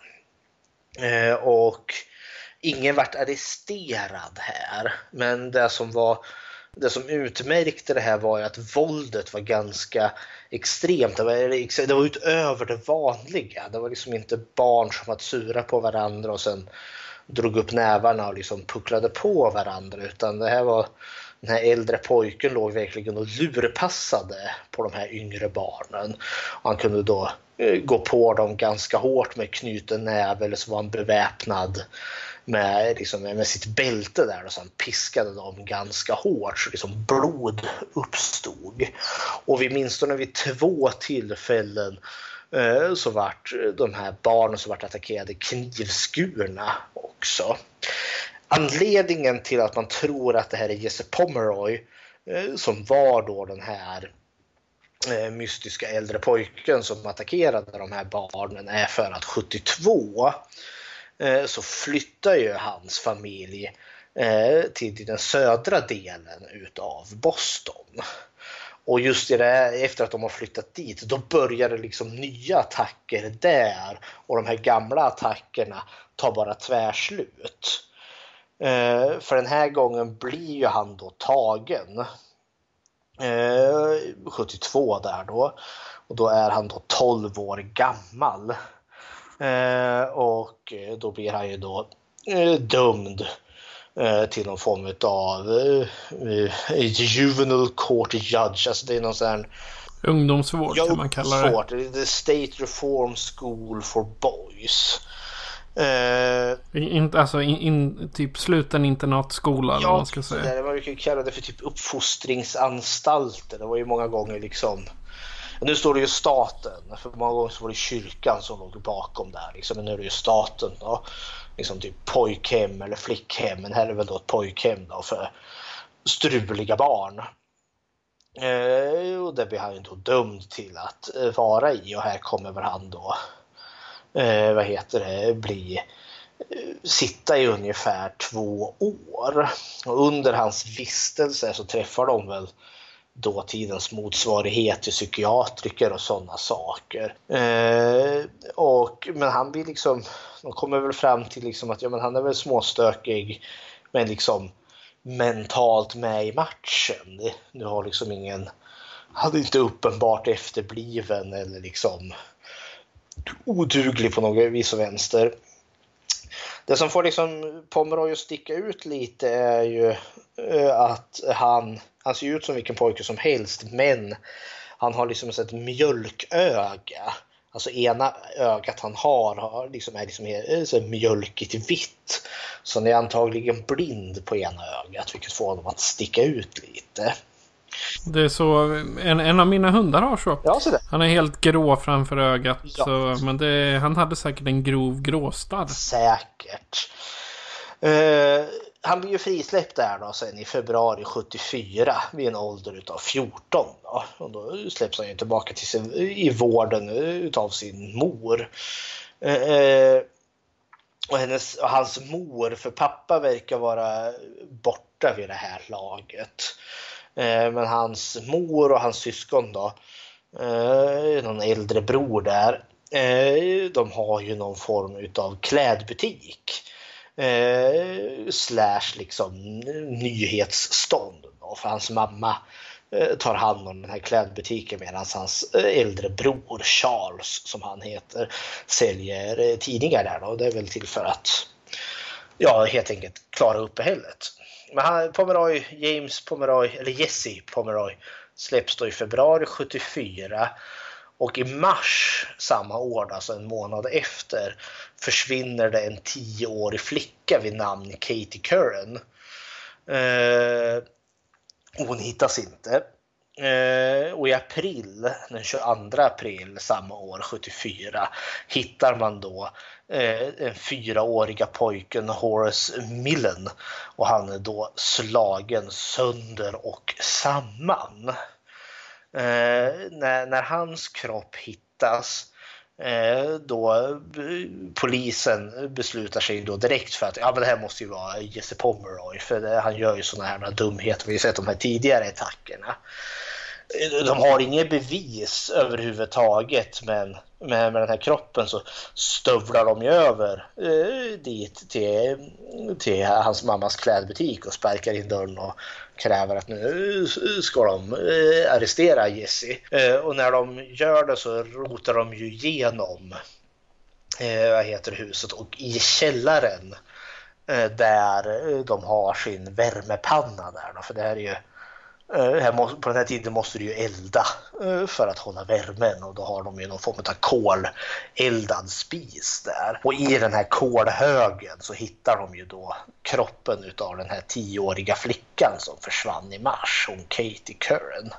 Och ingen vart arresterad här. Men det som utmärkte det här var ju att våldet var ganska extremt. Det var utöver det vanliga. Det var liksom inte barn som var sura på varandra och sen drog upp nävarna och liksom pucklade på varandra. Utan det här var... Den här äldre pojken låg verkligen och lurpassade på de här yngre barnen. Och han kunde då gå på dem ganska hårt med knuten näve, eller så var han beväpnad med sitt bälte där, och så han piskade dem ganska hårt så liksom blod uppstod. Och åtminstone vid 2 tillfällen så vart de här barnen som vart attackerade knivskurna också. Anledningen till att man tror att det här är Jesse Pomeroy som var då den här mystiska äldre pojken som attackerade de här barnen är för att 72 så flyttar ju hans familj till den södra delen utav Boston. Och just efter att de har flyttat dit, då börjar det liksom nya attacker där, och de här gamla attackerna tar bara tvärslut. För den här gången blir ju han då tagen 72 där då, och då är han då 12 år gammal, och då blir han ju då dömd till någon form av juvenile court judge. Alltså det är någon sån här ungdomsvård kan man kalla det. Svårt. Det är The State Reform School for Boys. Typ sluten internatskola eller vad man ska säga. Ja, man kan kalla det för typ uppfostringsanstalter. Det var ju många gånger liksom. Nu står det ju staten, för många gånger så var det kyrkan som låg bakom där liksom, men nu är det ju staten då. Liksom typ pojkhem eller flickhem, men här är väl då ett pojkhem då för struliga barn. Och det blir han ju då dömd till att vara i, och här kommer väl han då sitta i ungefär 2 år. Och under hans vistelse så träffar de väl dåtidens motsvarighet till psykiatriker och sådana saker. Men han blir liksom, de kommer väl fram till liksom att men han är väl småstökig, men liksom mentalt med i matchen. Nu har liksom han är inte uppenbart efterbliven eller liksom oduglig på något vis och vänster. Det som får liksom Pomeroy att sticka ut lite är ju att han ser ut som vilken pojke som helst, men han har liksom ett mjölköga. Alltså ena ögat han har liksom är så mjölkigt vitt. Så han är antagligen blind på ena ögat, vilket får honom att sticka ut lite. Det är så, en av mina hundar har så. Ja, så det. Han är helt grå framför ögat. Ja. Så, men han hade säkert en grov gråstarr. Säkert. Han blir ju frisläppt där då sen i februari 74 vid en ålder utav 14 då. Och då släpps han ju tillbaka till i vården utav sin mor. Och hans mor, för pappa verkar vara borta vid det här laget. Men hans mor och hans syskon då, någon äldre bror där, de har ju någon form utav klädbutik / liksom nyhetsstånd då, för hans mamma tar hand om den här klädbutiken medan hans äldre bror Charles, som han heter, säljer tidningar där då. Det är väl till för att helt enkelt klara uppehället. Men Jesse Pomeroy släpps då i februari 74, och i mars samma år, alltså en månad efter, försvinner det en 10-årig flicka vid namn Katie Curran. Hon hittas inte. Och i april, den 22 april samma år 74, hittar man då den 4-åriga pojken Horace Millen, och han är då slagen sönder och samman. När hans kropp hittas, då polisen beslutar sig då direkt för att men det här måste ju vara Jesse Pomeroy, för han gör ju såna här dumheter. Vi har sett de här tidigare attackerna. De har inget bevis överhuvudtaget, men med den här kroppen så stövlar de ju över dit till hans mammas klädbutik och sparkar in dörren och kräver att nu ska de arrestera Jesse. Och när de gör det så rotar de ju igenom huset, och i källaren där de har sin värmepanna där, för det här är ju på den här tiden måste du ju elda för att hålla värmen, och då har de ju någon form av koleldad spis där. Och i den här kolhögen så hittar de ju då kroppen utav den här 10-åriga flickan som försvann i mars, hon Katie Curran.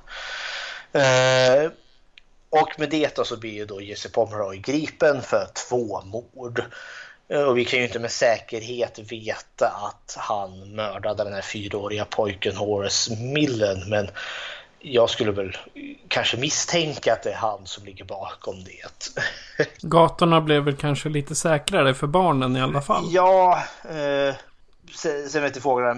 Och med det då så blir ju då Jesse Pomeroy gripen för 2 mord. Och vi kan ju inte med säkerhet veta att han mördade den här 4-åriga pojken Horace Millen, men jag skulle väl kanske misstänka att det är han som ligger bakom det. Gatorna blev väl kanske lite säkrare för barnen i alla fall. Ja, sen vet jag frågan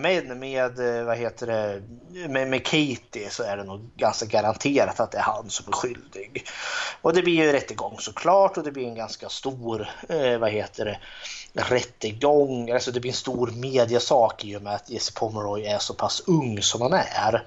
med Katie så är det nog ganska garanterat att det är han som är skyldig. Och det blir ju rättegång såklart, och det blir en ganska stor rättegång. Alltså det blir en stor mediasak i och med att Jesse Pomeroy är så pass ung som han är.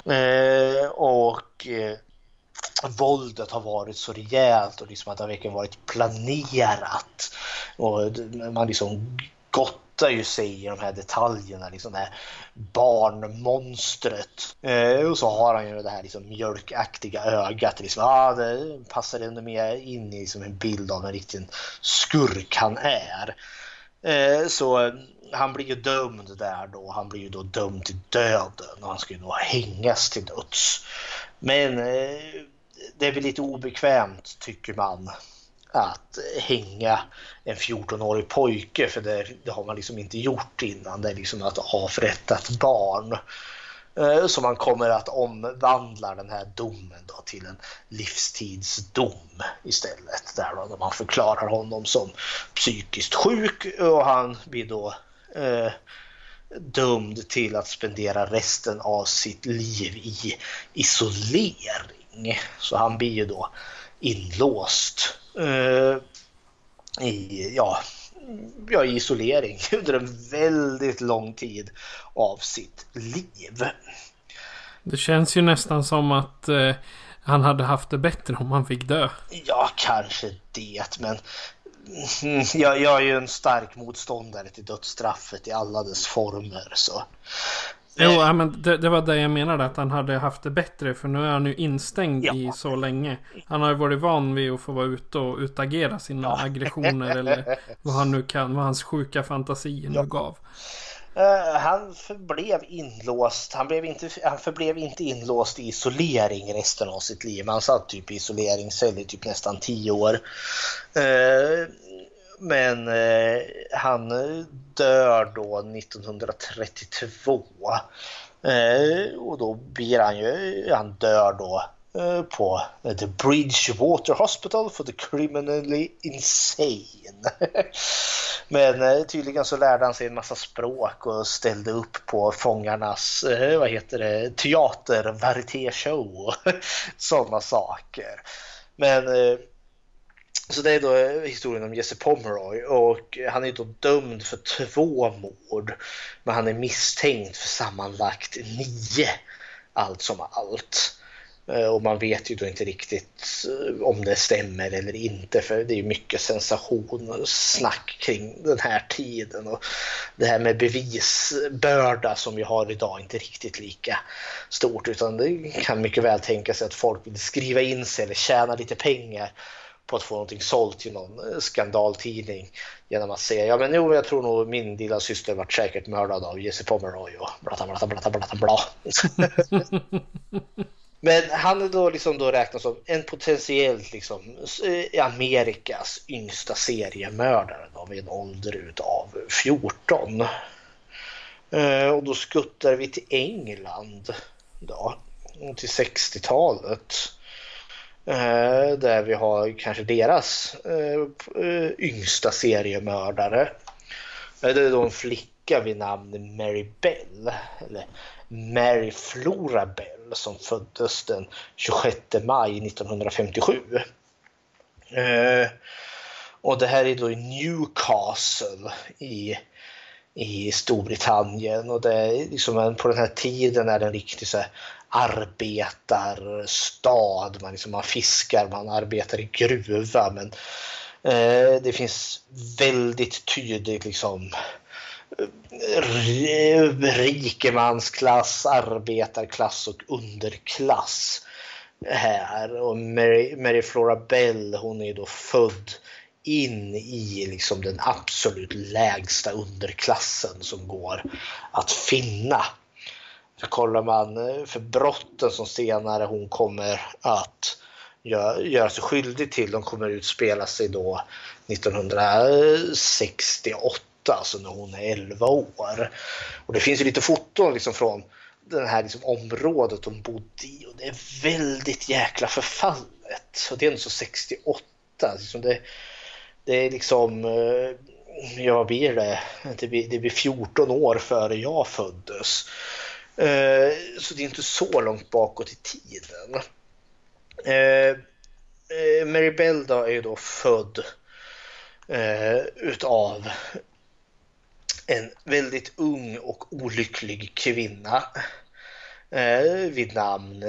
Våldet har varit så rejält, och liksom att det har verkligen varit planerat, och man liksom gått gottar ju sig i de här detaljerna, liksom det här barnmonstret. Och så har han ju det här liksom mjölkaktiga ögat, liksom, det passar ändå mer in i liksom en bild av en riktig skurk han är. Så han blir ju dömd där då. Han blir ju då dömd till döden och han ska ju då hängas till döds. Men det är väl lite obekvämt, tycker man, att hänga en 14-årig pojke, för det har man liksom inte gjort innan. Det är liksom att avrätta ett barn. Så man kommer att omvandla den här domen då till en livstidsdom istället, där då man förklarar honom som psykiskt sjuk och han blir då dömd till att spendera resten av sitt liv i isolering. Så han blir ju då inlåst i isolering under en väldigt lång tid av sitt liv. Det känns ju nästan som att han hade haft det bättre om han fick dö. Ja, kanske det, men jag är ju en stark motståndare till dödsstraffet i alla dess former, så. Jo, men det var det jag menade, att han hade haft det bättre, för nu är han ju instängd i så länge. Han har ju varit van vid att få vara ute och utagera sina aggressioner eller vad han nu kan, vad hans sjuka fantasier nu gav. Han förblev inlåst. Han förblev inte inlåst i isolering resten av sitt liv. Han satt typ i isoleringscell i typ nästan 10 år. Men han dör då 1932 och då blir han dör då på The Bridgewater Hospital for the Criminally Insane. Men tydligen så lärde han sig en massa språk och ställde upp på fångarnas teater, varieté-show och sådana saker. Men så det är då historien om Jesse Pomeroy, och han är då dömd för 2 mord, men han är misstänkt för sammanlagt 9, allt som allt. Och man vet ju då inte riktigt om det stämmer eller inte, för det är ju mycket sensation och snack kring den här tiden, och det här med bevisbörda som vi har idag är inte riktigt lika stort, utan det kan mycket väl tänka sig att folk vill skriva in sig eller tjäna lite pengar på att få någonting sålt till någon skandaltidning genom att säga, jag tror nog min lilla syster var säkert mördad av Jesse Pomeroy och bla. Men han är då liksom räknas som en potentiellt liksom Amerikas yngsta seriemördare då, vid en ålder utav 14. Och då skuttar vi till England då, till 60-talet. Där vi har kanske deras yngsta seriemördare. Det är då en flicka vid namn Mary Bell, eller Mary Flora Bell, som föddes den 26 maj 1957. Och det här är då i Newcastle i Storbritannien, och det är liksom på den här tiden är det en riktig så här arbetarstad. Man fiskar, man arbetar i gruva, men det finns väldigt tydligt liksom rikemansklass, arbetarklass och underklass här. Och Mary Flora Bell, hon är då född in i liksom den absolut lägsta underklassen som går att finna. För kollar man för brotten som senare hon kommer att göra sig skyldig till, de kommer utspela sig då 1968, alltså när hon är 11 år. Och det finns ju lite foton liksom från det här liksom området de bodde i, och det är väldigt jäkla förfallet. Så det är ändå så 68. Liksom det är liksom, vad blir det? Det blir 14 år före jag föddes. Så det är inte så långt bakåt i tiden. Mary Bell då är ju då född utav en väldigt ung och olycklig kvinna vid namn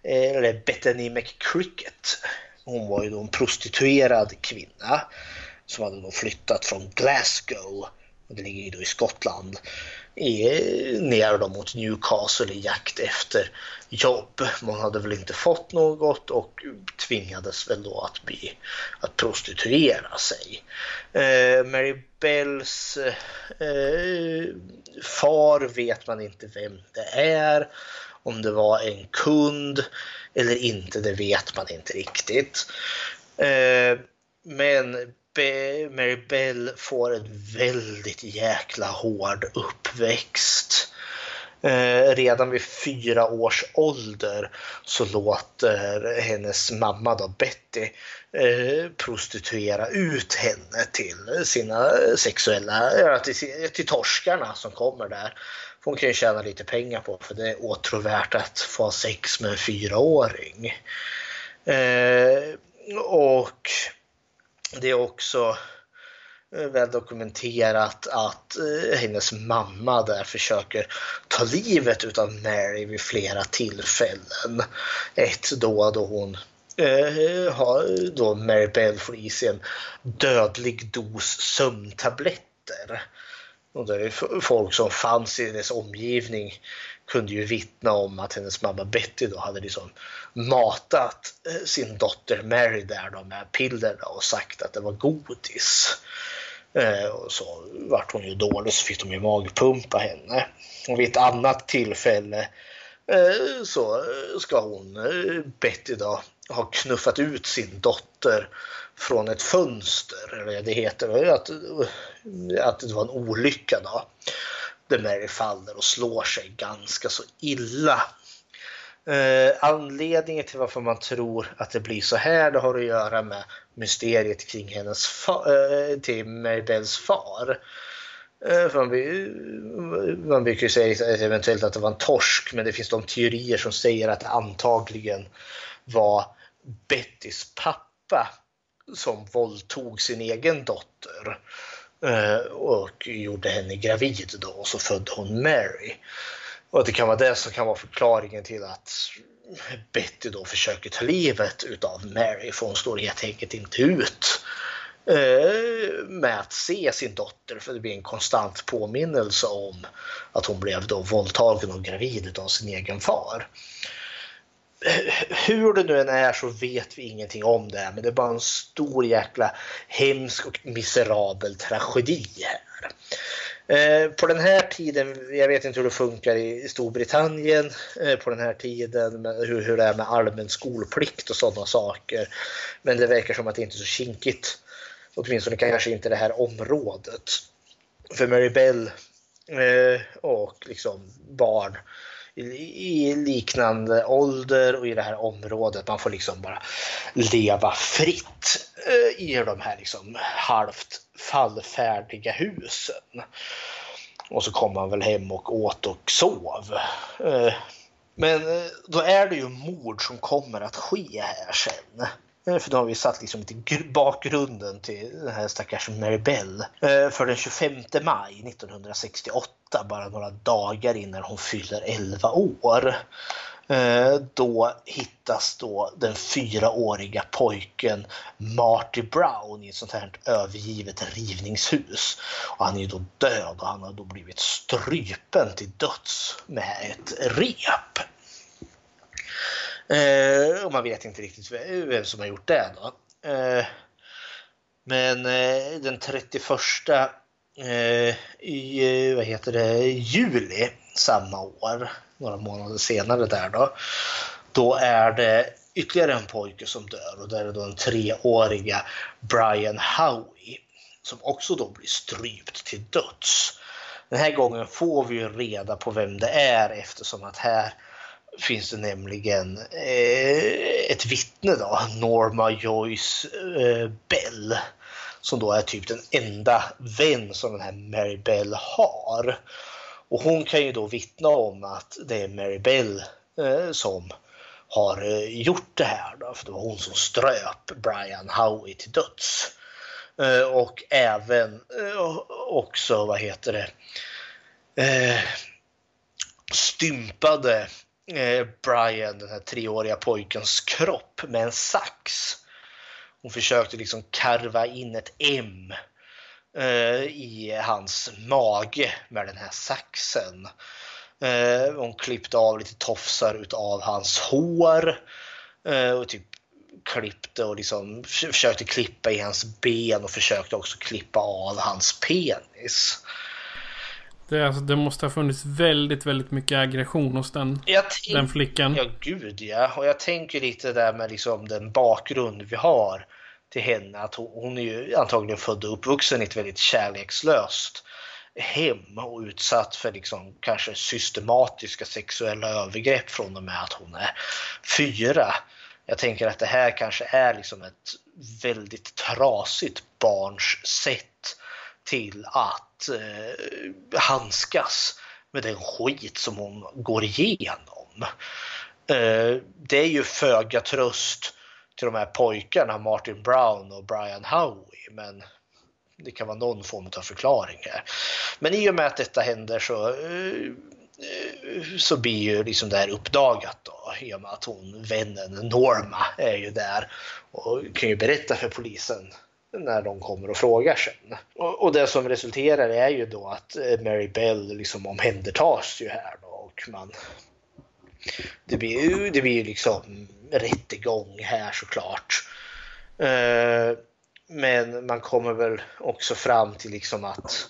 Bethany McCricket. Hon var ju då en prostituerad kvinna som hade då flyttat från Glasgow, och det ligger ju då i Skottland, ner då mot Newcastle i jakt efter jobb. Man hade väl inte fått något och tvingades väl då att prostituera sig. Mary Bells far vet man inte vem det är. Om det var en kund eller inte, det vet man inte riktigt. Men Mary Bell får en väldigt jäkla hård uppväxt. Redan vid 4 års ålder så låter hennes mamma då, Betty, prostituera ut henne till sina sexuella, till torskarna som kommer där. Hon kan ju tjäna lite pengar på, för det är åtråvärt att få sex med en 4-åring. Och det är också väl dokumenterat att hennes mamma där försöker ta livet utav Mary vid flera tillfällen. Ett då hon då Mary Bell får i sig en dödlig dos sömntabletter. Och det är folk som fanns i hennes omgivning kunde ju vittna om att hennes mamma Betty då hade liksom matat sin dotter Mary där då med piller då, och sagt att det var godis. Och så vart hon ju dålig, så fick de ju magpumpa henne. Och vid ett annat tillfälle så ska hon, Betty då, ha knuffat ut sin dotter från ett fönster. Eller det heter att det var en olycka då, där Mary faller och slår sig ganska så illa. Anledningen till varför man tror att det blir så här, det har att göra med mysteriet kring hennes till Mary Bells far. Man brukar ju säga eventuellt att det var en torsk, men det finns de teorier som säger att det antagligen var Bettys pappa som våldtog sin egen dotter och gjorde henne gravid då, och så födde hon Mary. Och det kan vara det som kan vara förklaringen till att Betty då försöker ta livet utav Mary, för hon står helt enkelt inte ut med att se sin dotter, för det blir en konstant påminnelse om att hon blev då våldtagen och gravid av sin egen far. Hur det nu än är så vet vi ingenting om det, men det är bara en stor jäkla hemsk och miserabel tragedi här. På den här tiden, jag vet inte hur det funkar i Storbritannien på den här tiden, hur det är med allmän skolplikt och sådana saker, men det verkar som att det inte är så kinkigt, åtminstone kanske inte det här området. För Mary Bell och liksom barn i liknande ålder och i det här området, man får liksom bara leva fritt i de här liksom halvt fallfärdiga husen. Och så kom man väl hem och åt och sov. Men då är det ju mord som kommer att ske här sen. För då har vi satt liksom lite bakgrunden till den här stackars Mary Bell. För den 25 maj 1968, bara några dagar innan hon fyller 11 år, då hittas då den 4-åriga pojken Marty Brown i ett sånt här övergivet rivningshus. Och han är ju då död, och han har då blivit strypen till döds med ett rep. Och man vet inte riktigt vem som har gjort det då. Men den 31 juli samma år, några månader senare där då är det ytterligare en pojke som dör, och där är då en 3-åriga Brian Howie som också då blir strypt till döds. Den här gången får vi ju reda på vem det är, eftersom att här finns det nämligen ett vittne då, Norma Joyce Bell, som då är typ den enda vän som den här Mary Bell har. Och hon kan ju då vittna om att det är Mary Bell som har gjort det här då, för det var hon som ströp Brian Howie till döds. Och även också, stympade Brian, den här 3-åriga pojkens kropp, med en sax. hon försökte liksom karva in ett M i hans mage med den här saxen. Hon klippte av lite tofsar utav hans hår och typ klippte och liksom försökte klippa i hans ben och försökte också klippa av hans penis. Det måste ha funnits väldigt, väldigt mycket aggression hos den flickan. Ja, gud ja. Och jag tänker lite där med liksom den bakgrund vi har till henne. Att hon är ju antagligen född och uppvuxen i ett väldigt kärlekslöst hem och utsatt för liksom kanske systematiska sexuella övergrepp från och med att hon är 4. Jag tänker att det här kanske är liksom ett väldigt trasigt barns sätt till att handskas med den skit som hon går igenom. Det är ju föga tröst till de här pojkarna, Martin Brown och Brian Howie, men det kan vara någon form av förklaring här. Men i och med att detta händer så blir ju liksom det här uppdagat då, i och med att vännen Norma är ju där och kan ju berätta för polisen när de kommer och frågar sen. Och det som resulterar är ju då att Mary Bell liksom omhändertas ju här då, och det blir ju liksom rättegång här såklart. Men man kommer väl också fram till liksom att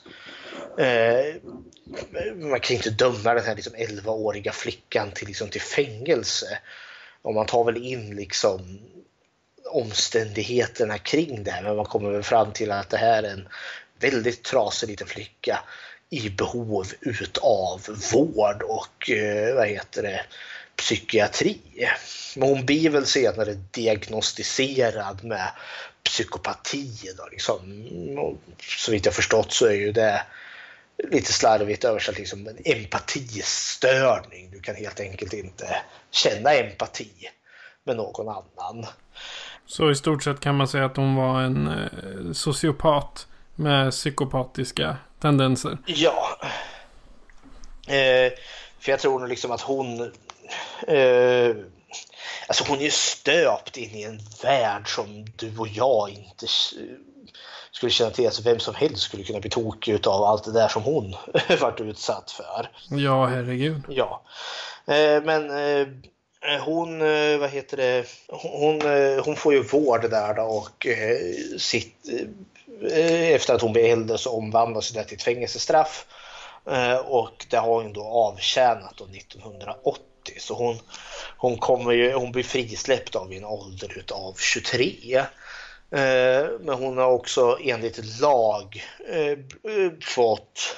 man kan inte döma den här liksom 11-åriga flickan till fängelse. Och man tar väl in liksom omständigheterna kring det här, men man kommer väl fram till att det här är en väldigt trasig liten flicka i behov utav vård och psykiatri. Men hon blir väl senare diagnostiserad med psykopati då, liksom. Så vitt jag förstått så är ju det lite slarvigt översatt liksom en empatistörning. Du kan helt enkelt inte känna empati med någon annan. Så i stort sett kan man säga att hon var en sociopat med psykopatiska tendenser. Ja. För jag tror nog liksom att hon hon är ju stöpt in i en värld som du och jag inte skulle känna till. Alltså vem som helst skulle kunna bli tokig utav allt det där som hon varit utsatt för. Ja, herregud. Ja. Men hon hon får ju vård där då, och efter att hon blir äldre så omvandlas det till ett fängelsestraff. Och det har hon då avtjänat då 1980. Så hon blir frisläppt av en ålder utav 23. Men hon har också enligt lag fått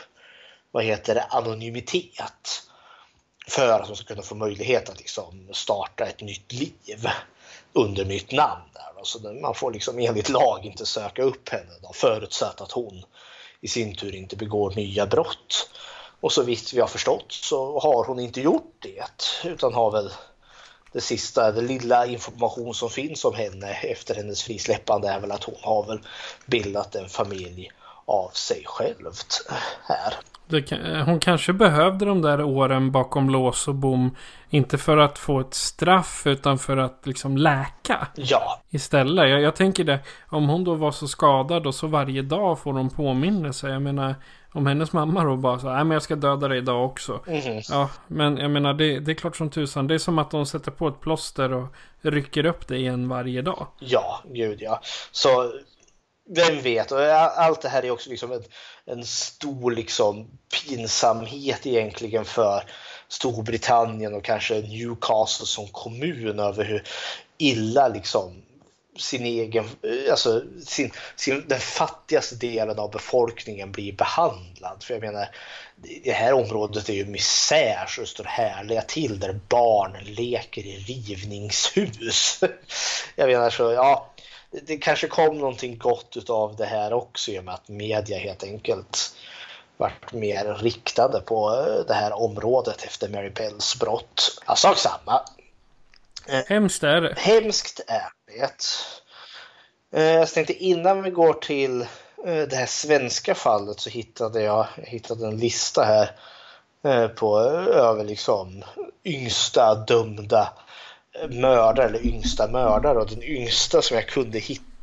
anonymitet för att hon ska kunna få möjlighet att liksom starta ett nytt liv under nytt namn där. Så man får liksom enligt lag inte söka upp henne då, förutsatt att hon i sin tur inte begår nya brott. Och så vitt vi har förstått så har hon inte gjort det, utan har väl det lilla information som finns om henne efter hennes frisläppande är väl att hon har väl bildat en familj av sig självt här. Hon kanske behövde de där åren bakom lås och bom, inte för att få ett straff utan för att liksom läka. Ja. Istället. Jag tänker det, om hon då var så skadad och så varje dag får hon påminnelse. Jag menar, om hennes mamma då bara så, nej men jag ska döda dig idag också. Mm-hmm. Ja, men jag menar det är klart som tusan. Det är som att de sätter på ett plåster och rycker upp det igen varje dag. Ja, gud ja. Så vem vet, och allt det här är också liksom en stor liksom pinsamhet egentligen för Storbritannien och kanske Newcastle som kommun över hur illa liksom sin egen, alltså den fattigaste delen av befolkningen blir behandlad. För jag menar, det här området är ju misär så det står härliga till, där barn leker i rivningshus. Jag menar så, ja, det kanske kom någonting gott utav det här också i och med att media helt enkelt varit mer riktade på det här området efter Mary Bells brott. Ja, sak samma. Hemskt är det. Hemskt är det. Jag tänkte innan vi går till det här svenska fallet så hittade jag en lista här på över liksom yngsta dömda mördare eller yngsta mördare, och den yngsta som jag kunde hitta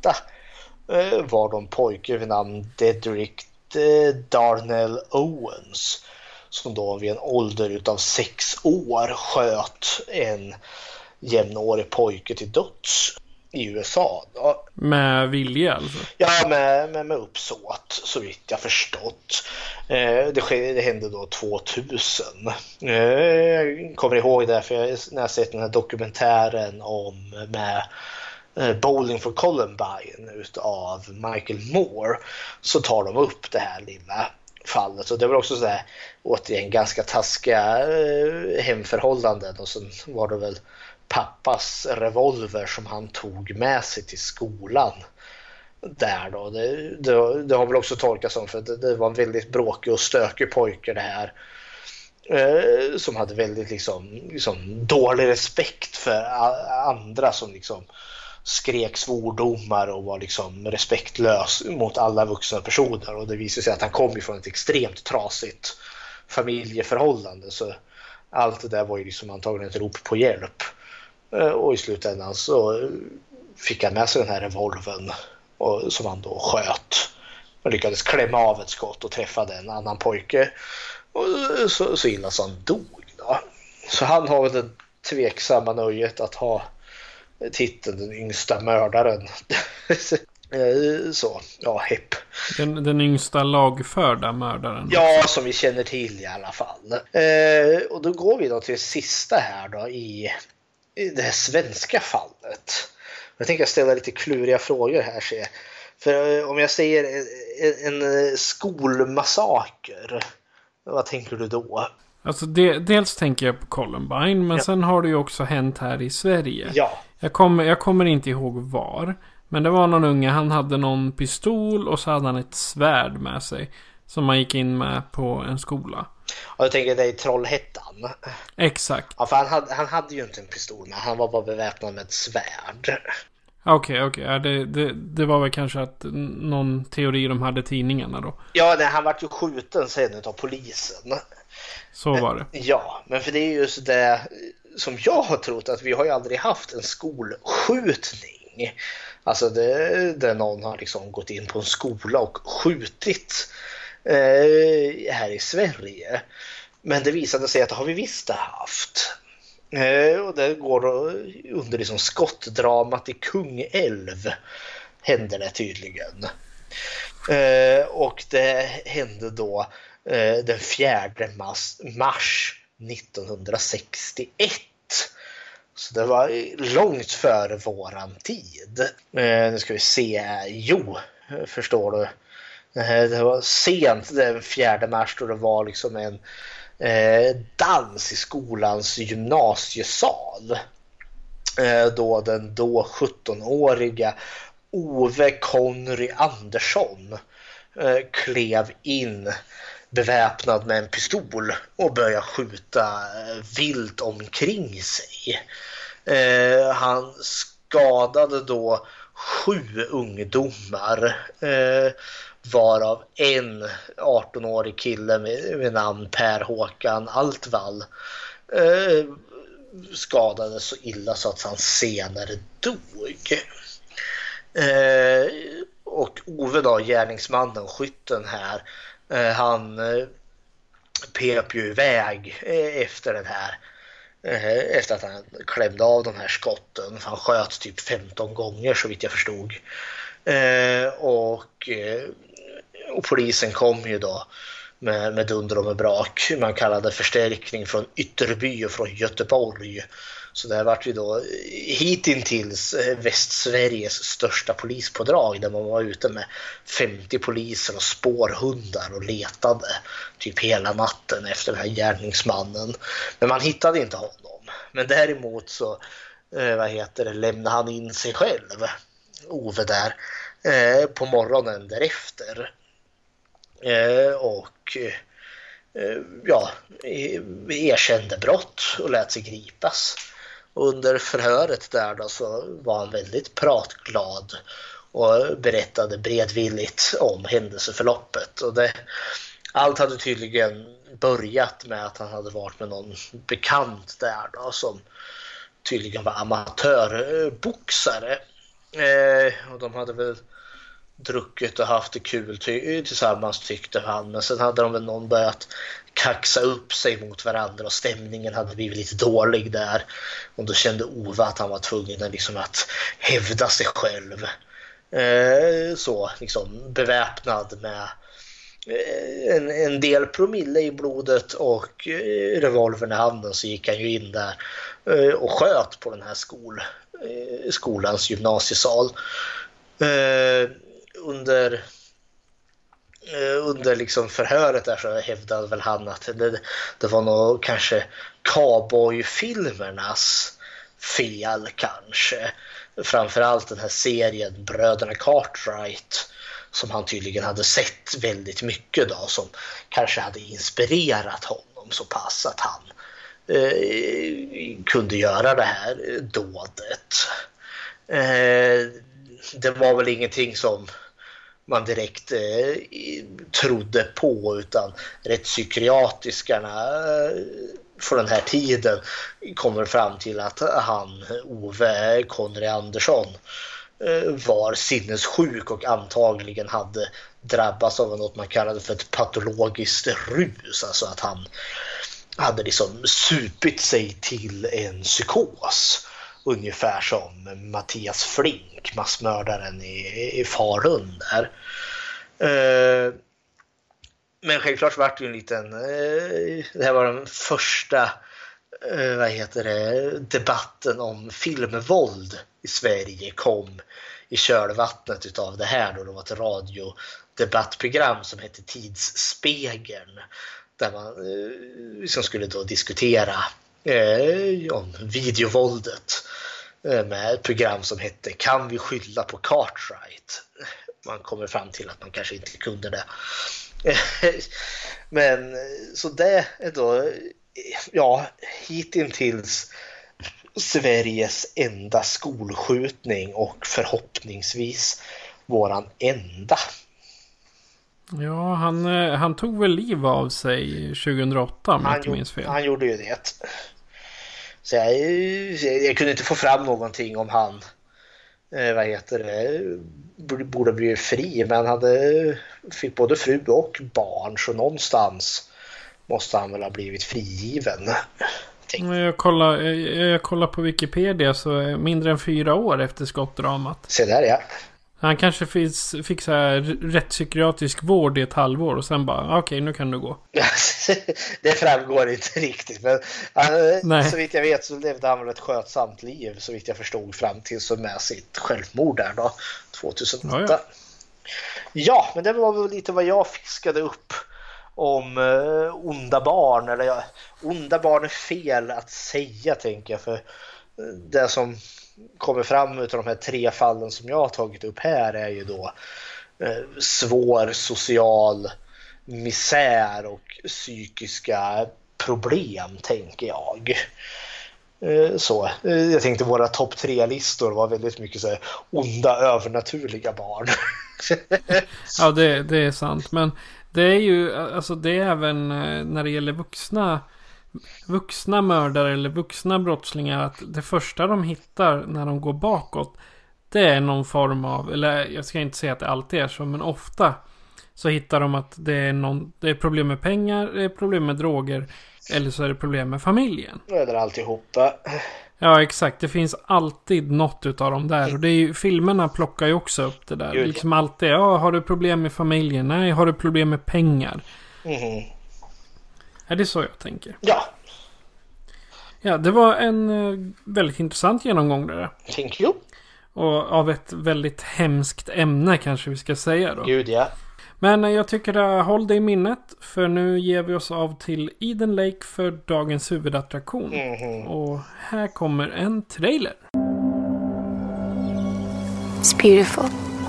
hitta var de pojke vid namn Dedrick Darnell Owens, som då vid en ålder utav 6 år sköt en jämnårig pojke till döds i USA då. Med vilja alltså? Ja, med uppsåt, så vitt jag förstått. Det hände då 2000. Jag kommer ihåg det, för när jag sett den här dokumentären med Bowling for Columbine utav Michael Moore, så tar de upp det här lilla fallet. Och det var också så där, återigen, ganska taskiga hemförhållanden. Och sen var det väl pappas revolver som han tog med sig till skolan där då. Det har väl också tolkats som, för det var en väldigt bråkig och stökig pojke det här, som hade väldigt liksom dålig respekt för andra, som liksom skrek svordomar och var liksom respektlös mot alla vuxna personer. Och det visade sig att han kom ifrån ett extremt trasigt familjeförhållande, så allt det där var ju liksom antagligen ett rop på hjälp. Och i slutändan så fick han med sig den här revolvern, och som han då sköt och lyckades klämma av ett skott och träffade en annan pojke, och så illa så han dog då. Så han har väl det tveksamma nöjet att ha titeln den yngsta mördaren. Så, ja, hepp. Den yngsta lagförda mördaren. Ja, som vi känner till i alla fall. Och då går vi då till sista här då i det här svenska fallet. Jag tänker ställa lite kluriga frågor här. För om jag säger en skolmassaker, vad tänker du då? Alltså dels tänker jag på Columbine, men sen har det ju också hänt här i Sverige. Ja. Jag kommer inte ihåg var, men det var någon unge, han hade någon pistol och så hade han ett svärd med sig som man gick in med på en skola. Och jag tänker det i Trollhättan. Exakt. Ja, för han hade ju inte en pistol, men han var bara beväpnad med ett svärd. Okej. Ja, det var väl kanske att någon teori de hade i tidningarna då. Ja, nej, han var ju skjuten sen av polisen. Så var det. Ja, men för det är just det som jag har trott, att vi har ju aldrig haft en skolskjutning. Alltså där någon har liksom gått in på en skola och skjutit här i Sverige. Men det visade sig att det har vi visst haft. Och det går under liksom skottdramat i Kungälv hände det tydligen. Och det hände då den 4 mars 1961. Så det var långt före våran tid. Nu ska vi se. Jo, förstår du. Det var sent den 4 mars då det var liksom en dans i skolans gymnasiesal. Då den då 17-åriga Ove Conry Andersson klev in beväpnad med en pistol och började skjuta vilt omkring sig. Han skadade då 7 ungdomar, varav en 18-årig kille med namn Per Håkan Altvall skadades så illa så att han senare dog. Och Ove då, gärningsmannen, skytten här, han pep ju iväg efter den här, efter att han klämde av de här skotten. Han sköt typ 15 gånger så vitt jag förstod. Och polisen kom ju då med dunder och med brak. Man kallade förstärkning från Ytterby och från Göteborg. Så det har varit ju då hitintills Västsveriges största polispådrag, där man var ute med 50 poliser och spårhundar och letade typ hela natten efter den här gärningsmannen. Men man hittade inte honom. Men däremot så lämnade han in sig själv, Ove där, på morgonen därefter. Och erkände brott och lät sig gripas. Under förhöret där då så var han väldigt pratglad och berättade bredvilligt om händelseförloppet. Och allt hade tydligen börjat med att han hade varit med någon bekant där då, som tydligen var amatörboxare. Och de hade väl druckit och haft det kul tillsammans, tyckte han. Men sen hade de väl någon börjat kaxa upp sig mot varandra och stämningen hade blivit lite dålig där. Och då kände Ove att han var tvungen liksom att hävda sig själv. Så liksom beväpnad med en del promille i blodet och revolvern i handen, så gick han ju in där och sköt på den här skolans gymnasiesal. Under liksom förhöret där så hävdade väl han att det var nog kanske cowboyfilmernas fel kanske. Framförallt den här serien Bröderna Cartwright som han tydligen hade sett väldigt mycket då, som kanske hade inspirerat honom så pass att han kunde göra det här dådet. Det var väl ingenting som man direkt trodde på, utan rättspsykiatriskarna för den här tiden kommer fram till att han, Ove Connery Andersson, var sinnessjuk och antagligen hade drabbats av något man kallade för ett patologiskt rus, alltså att han hade liksom supit sig till en psykos, ungefär som Mattias Flink, massmördaren i Falun där. Men självklart var det ju en liten, det här var den första debatten om filmvåld i Sverige kom i kölvattnet utav det här då. Det var ett radiodebattprogram som hette Tidsspegeln där man som skulle då diskutera om videovåldet med ett program som hette Kan vi skylla på Cartwright? Man kommer fram till att man kanske inte kunde det. Men så det är då hittills Sveriges enda skolskjutning och förhoppningsvis våran enda. Ja, han tog väl liv av sig 2008 om jag inte minns fel. Han gjorde ju det. Så jag kunde inte få fram någonting om han borde bli fri, men han fick både fru och barn, så någonstans måste han väl ha blivit frigiven. Jag kollar på Wikipedia, så mindre än 4 år efter skottdramat. Se där, ja. Han kanske fick så här rättspsykiatrisk vård i ett halvår och sen bara, okej, nu kan du gå. Det framgår inte riktigt, men så vitt jag vet så levde han väl ett skötsamt liv, så vitt jag förstod, fram till så med sitt självmord där då, 2008. Ja, men det var väl lite vad jag fiskade upp om onda barn, eller onda barn är fel att säga, tänker jag, för det som kommer fram utav de här 3 fallen som jag har tagit upp här är ju då svår social misär och psykiska problem, tänker jag. Så jag tänkte våra topp 3-listor var väldigt mycket så här onda övernaturliga barn. Ja, det är sant, men det är ju, alltså det är även när det gäller vuxna mördare eller vuxna brottslingar, att det första de hittar när de går bakåt, det är någon form av, eller jag ska inte säga att det alltid är så, men ofta så hittar de att det är problem med pengar, det är problem med droger, eller så är det problem med familjen. Eller alltihopa. Ja, exakt. Det finns alltid något utav dem där. Och det är ju, filmerna plockar ju också upp det där. Liksom alltid, har du problem med familjen? Nej, har du problem med pengar? Mm. Är det så jag tänker? Ja. Ja, det var en väldigt intressant genomgång där. Thank you. Och av ett väldigt hemskt ämne kanske vi ska säga då. Gud, ja. Men jag tycker att håll det i minnet, för nu ger vi oss av till Eden Lake för dagens huvudattraktion. Mm-hmm. Och här kommer en trailer. It's beautiful.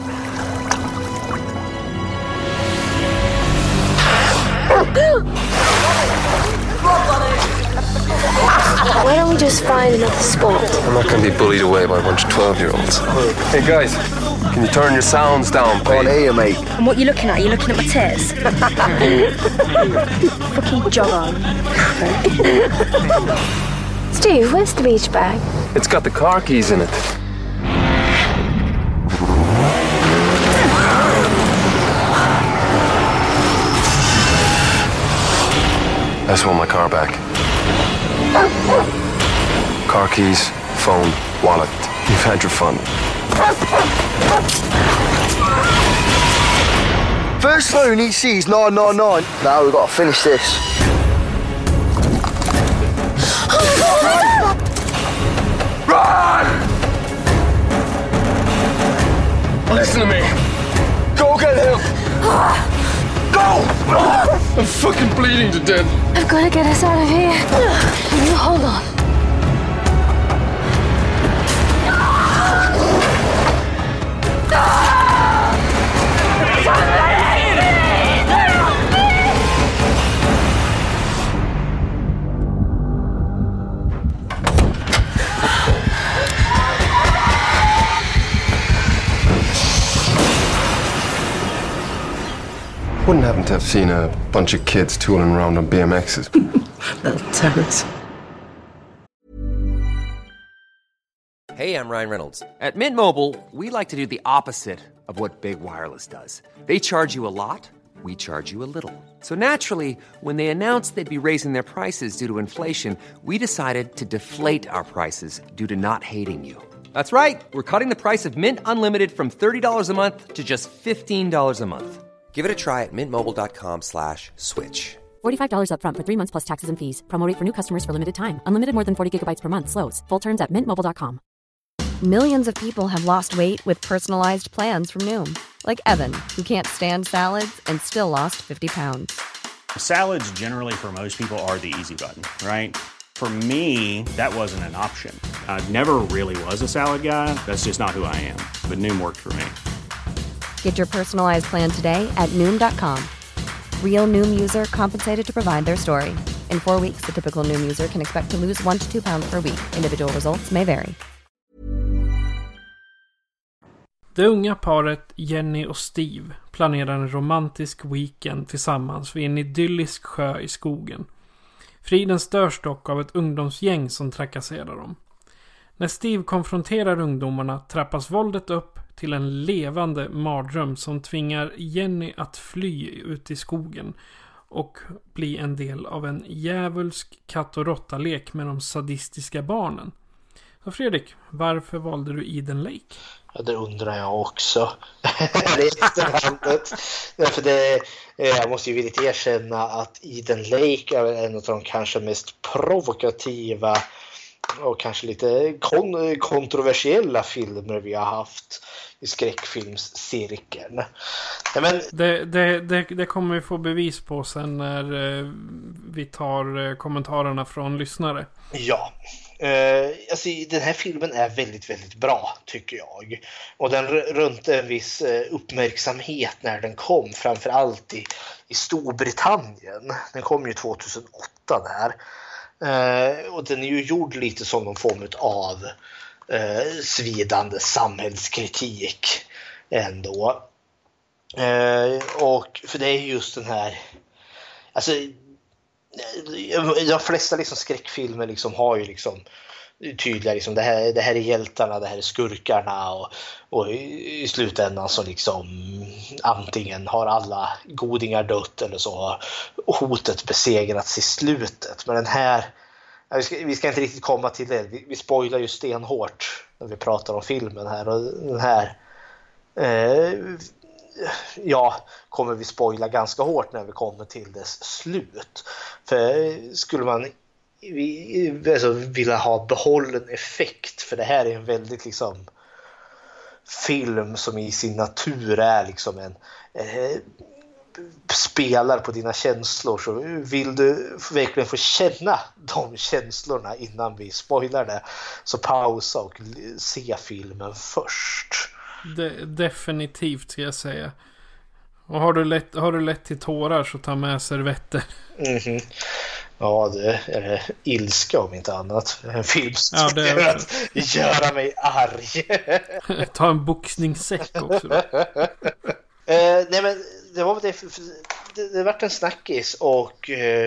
Why don't we just find another spot? I'm not going to be bullied away by a bunch of 12-year-olds. Hey guys, can you turn your sounds down, please? Can't hear you, mate. And what you looking at? You looking at my tits? Fucking jog on. Steve, where's the beach bag? It's got the car keys in it. I just want my car back. Car keys, phone, wallet. You've had your fun. First loan he sees 999. Now we've got to finish this. Run! Listen to me. Go get him. Go! I'm fucking bleeding to death. I've got to get us out of here. You hold on. Wouldn't happen to have seen a bunch of kids tooling around on BMXs. That'll tell us. Hey, I'm Ryan Reynolds. At Mint Mobile, we like to do the opposite of what Big Wireless does. They charge you a lot, we charge you a little. So naturally, when they announced they'd be raising their prices due to inflation, we decided to deflate our prices due to not hating you. That's right. We're cutting the price of Mint Unlimited from $30 a month to just $15 a month. Give it a try at mintmobile.com/switch. $45 up front for 3 months plus taxes and fees. Promo rate for new customers for limited time. Unlimited more than 40 gigabytes per month. Slows full terms at mintmobile.com. Millions of people have lost weight with personalized plans from Noom. Like Evan, who can't stand salads and still lost 50 pounds. Salads generally for most people are the easy button, right? For me, that wasn't an option. I never really was a salad guy. That's just not who I am. But Noom worked for me. Get your personalized plan today at Noom.com. Real Noom user compensated to provide their story. In 4 weeks, the typical Noom user can expect to lose 1 to 2 pounds per week. Individual results may vary. Det unga paret Jenny och Steve planerar en romantisk weekend tillsammans vid en idyllisk sjö i skogen. Friden störs dock av ett ungdomsgäng som trakasserar dem. När Steve konfronterar ungdomarna trappas våldet upp till en levande mardröm som tvingar Jenny att fly ut i skogen och bli en del av en djävulsk katt- och råttalek med de sadistiska barnen. Så Fredrik, varför valde du Eden Lake? Ja, det undrar jag också. Därför jag måste ju villigt erkänna att Eden Lake är en av de kanske mest provokativa och kanske lite kontroversiella filmer vi har haft i skräckfilmscirkeln. Ja, men det kommer vi få bevis på sen när vi tar kommentarerna från lyssnare. Ja, alltså, den här filmen är väldigt, väldigt bra tycker jag. Och den rönte en viss uppmärksamhet när den kom, framförallt i Storbritannien. Den kom ju 2008 där. Och den är ju gjord lite som någon form av svidande samhällskritik ändå. Och för det är just den här, alltså de flesta liksom skräckfilmer liksom har ju liksom tydliga liksom, det här är hjältarna, det här är skurkarna och i slutändan så liksom antingen har alla godingar dött eller så har hotet besegrats i slutet. Men den här, vi ska inte riktigt komma till det, vi spoilar ju stenhårt när vi pratar om filmen här, och den här kommer vi spoila ganska hårt när vi kommer till dess slut. För skulle man vilja ha behållen effekt, för det här är en väldigt liksom film som i sin natur är liksom en spelar på dina känslor, så vill du verkligen få känna de känslorna innan vi spoilar det, så pausa och se filmen först. Definitivt ska jag säga. Och har du lätt till tårar så ta med servetter. Mm-hmm. Ja, det är ilska om inte annat. En film som att göra mig arg. Ta en boxningssäck också. Nej, men det var det vart en snackis och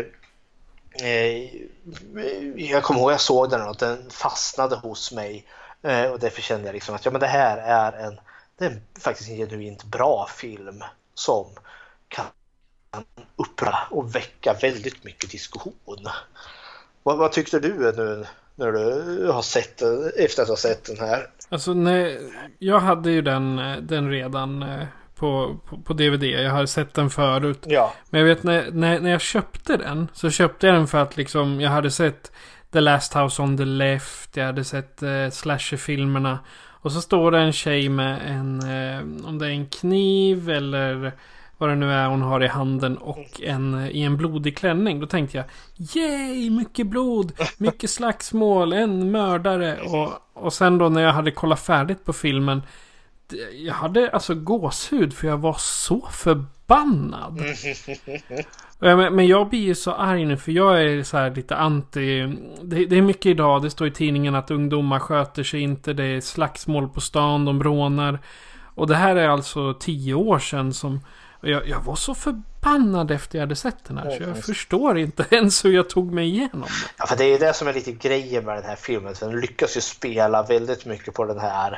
jag kommer ihåg jag såg den och den fastnade hos mig och därför kände jag liksom att det här är faktiskt en genuint bra film som kan uppröra och väcka väldigt mycket diskussion. Vad tyckte du nu när du har sett efter att ha sett den här? Alltså jag hade ju den redan på DVD. Jag hade sett den förut. Ja. Men jag vet när jag köpte den, så köpte jag den för att liksom jag hade sett The Last House on the Left, jag hade sett slasher-filmerna. Och så står det en tjej med om det är en kniv eller vad det nu är hon har i handen och i en blodig klänning. Då tänkte jag, yay, mycket blod, mycket slagsmål, en mördare. Och sen då när jag hade kollat färdigt på filmen, jag hade alltså gåshud för jag var så förbannad. Men jag blir ju så arg nu för jag är så här lite anti. Det är mycket idag, det står i tidningen att ungdomar sköter sig inte, det är slagsmål på stan, de rånar. Och det här är alltså 10 år sedan som jag var så förbannad efter jag hade sett den här. Så jag förstår inte ens hur jag tog mig igenom det. Ja, för det är det som är lite grejen med den här filmen. För den lyckas ju spela väldigt mycket på den här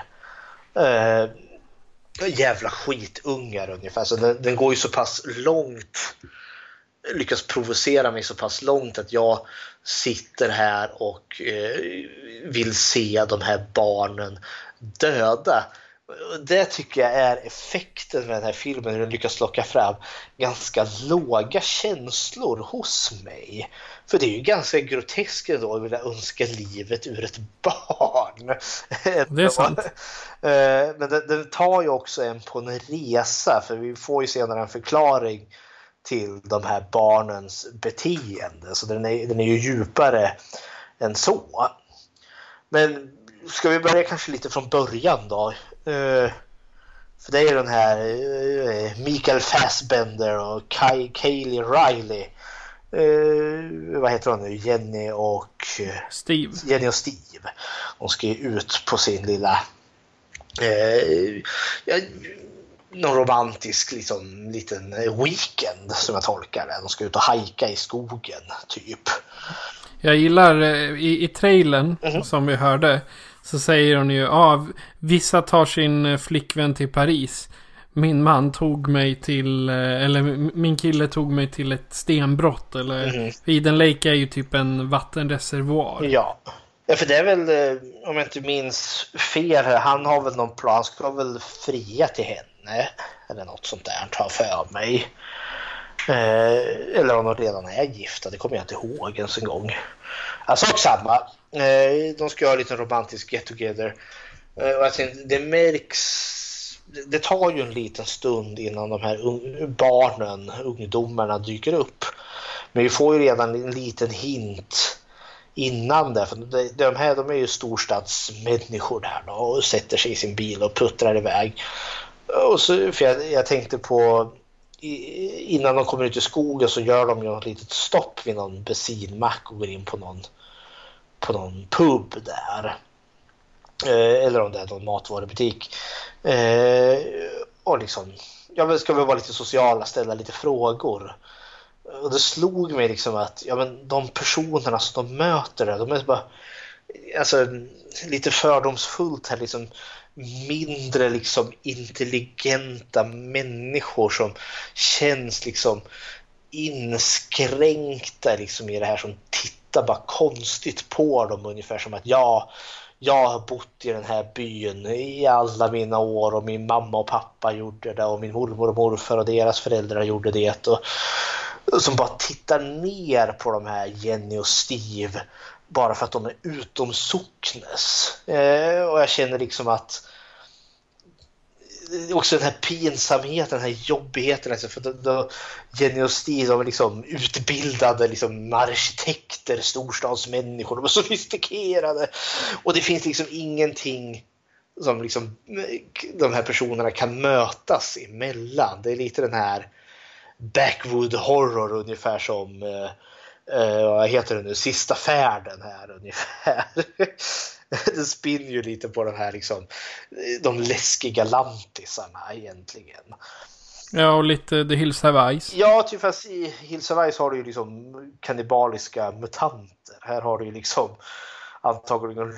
jävla skitungar ungefär. Så den går ju så pass långt, lyckas provocera mig så pass långt att jag sitter här och vill se de här barnen döda. Det tycker jag är effekten med den här filmen, hur den lyckas locka fram ganska låga känslor hos mig. För det är ju ganska groteskt då att vilja önska livet ur ett barn. Det är sant. Men den tar ju också en på en resa, för vi får ju senare en förklaring till de här barnens beteende. Så den är ju djupare än så. Men ska vi börja kanske lite från början då? För det är den här Michael Fassbender och Kaylee Riley. Vad heter hon nu? Jenny och Steve. De ska ju ut på sin lilla någon romantisk liksom, liten weekend som jag tolkar det. De ska ut och hajka i skogen typ. Jag gillar i trailern som vi hörde, så säger hon ju vissa tar sin flickvän till Paris. Min man tog mig till eller min kille tog mig till ett stenbrott eller Eden Lake är ju typ en vattenreservoar. Ja, för det är väl om jag inte minns fel, han har väl någon plan, ska väl fria till henne eller något sånt där, tar för mig. Eller om de redan är gifta, det kommer jag inte ihåg ens en gång. Alltså samma. De ska ha en liten romantisk get together. Och jag tänkte, det märks. Det tar ju en liten stund innan de här ungdomarna dyker upp. Men vi får ju redan en liten hint innan det. För de är ju storstadsmänniskor där då, och sätter sig i sin bil och puttrar iväg. Och så, för jag tänkte på innan de kommer ut i skogen så gör de ju ett litet stopp vid någon bensinmack och går in på någon pub där. Eller om det är någon matvarubutik. Och liksom, ska vi vara lite sociala, ställa lite frågor. Och det slog mig liksom att men de personerna som de möter där, de är bara alltså, lite fördomsfullt här liksom, mindre liksom intelligenta människor som känns liksom inskränkta liksom i det här, som tittar bara konstigt på dem, ungefär som att jag har bott i den här byn i alla mina år och min mamma och pappa gjorde det och min mormor och morfar och deras föräldrar gjorde det, och som bara tittar ner på de här Jenny och Steve bara för att de är utom socknes. Och jag känner liksom att också den här pinsamheten, den här jobbigheten alltså, för då Jenny och Steve, de är liksom utbildade liksom arkitekter, storstadsmänniskor, de är sofistikerade, och det finns liksom ingenting som liksom de här personerna kan mötas emellan. Det är lite den här backwood horror, ungefär som vad heter det nu, Sista färden här ungefär. Det spinner ju lite på den här liksom, de läskiga lantisarna egentligen. Ja, och lite The Hills Have Eyes. Ja, typ, fast i Hills Have Eyes har du ju liksom kannibaliska mutanter. Här har du ju liksom antagligen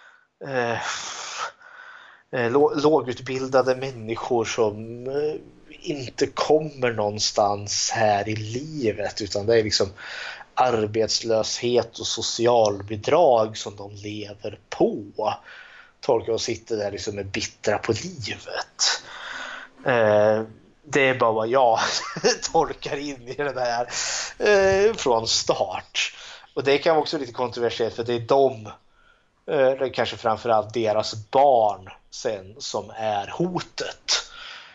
lågutbildade människor som inte kommer någonstans här i livet, utan det är liksom arbetslöshet och socialbidrag som de lever på. Tolkar och sitter där liksom är bittra på livet. Det är bara vad jag tolkar in i det här från start. Och det kan vara också lite kontroversiellt, för det är det kanske framförallt deras barn sen som är hotet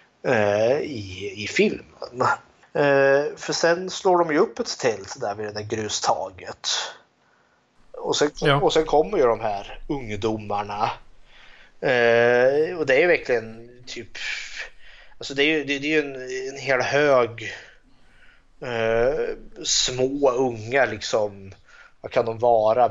i filmen. För sen slår de ju upp ett tält där vid det där grustaget. Och sen kommer ju de här ungdomarna. Och det är ju verkligen typ, alltså det är ju en hel hög små unga liksom. Vad kan de vara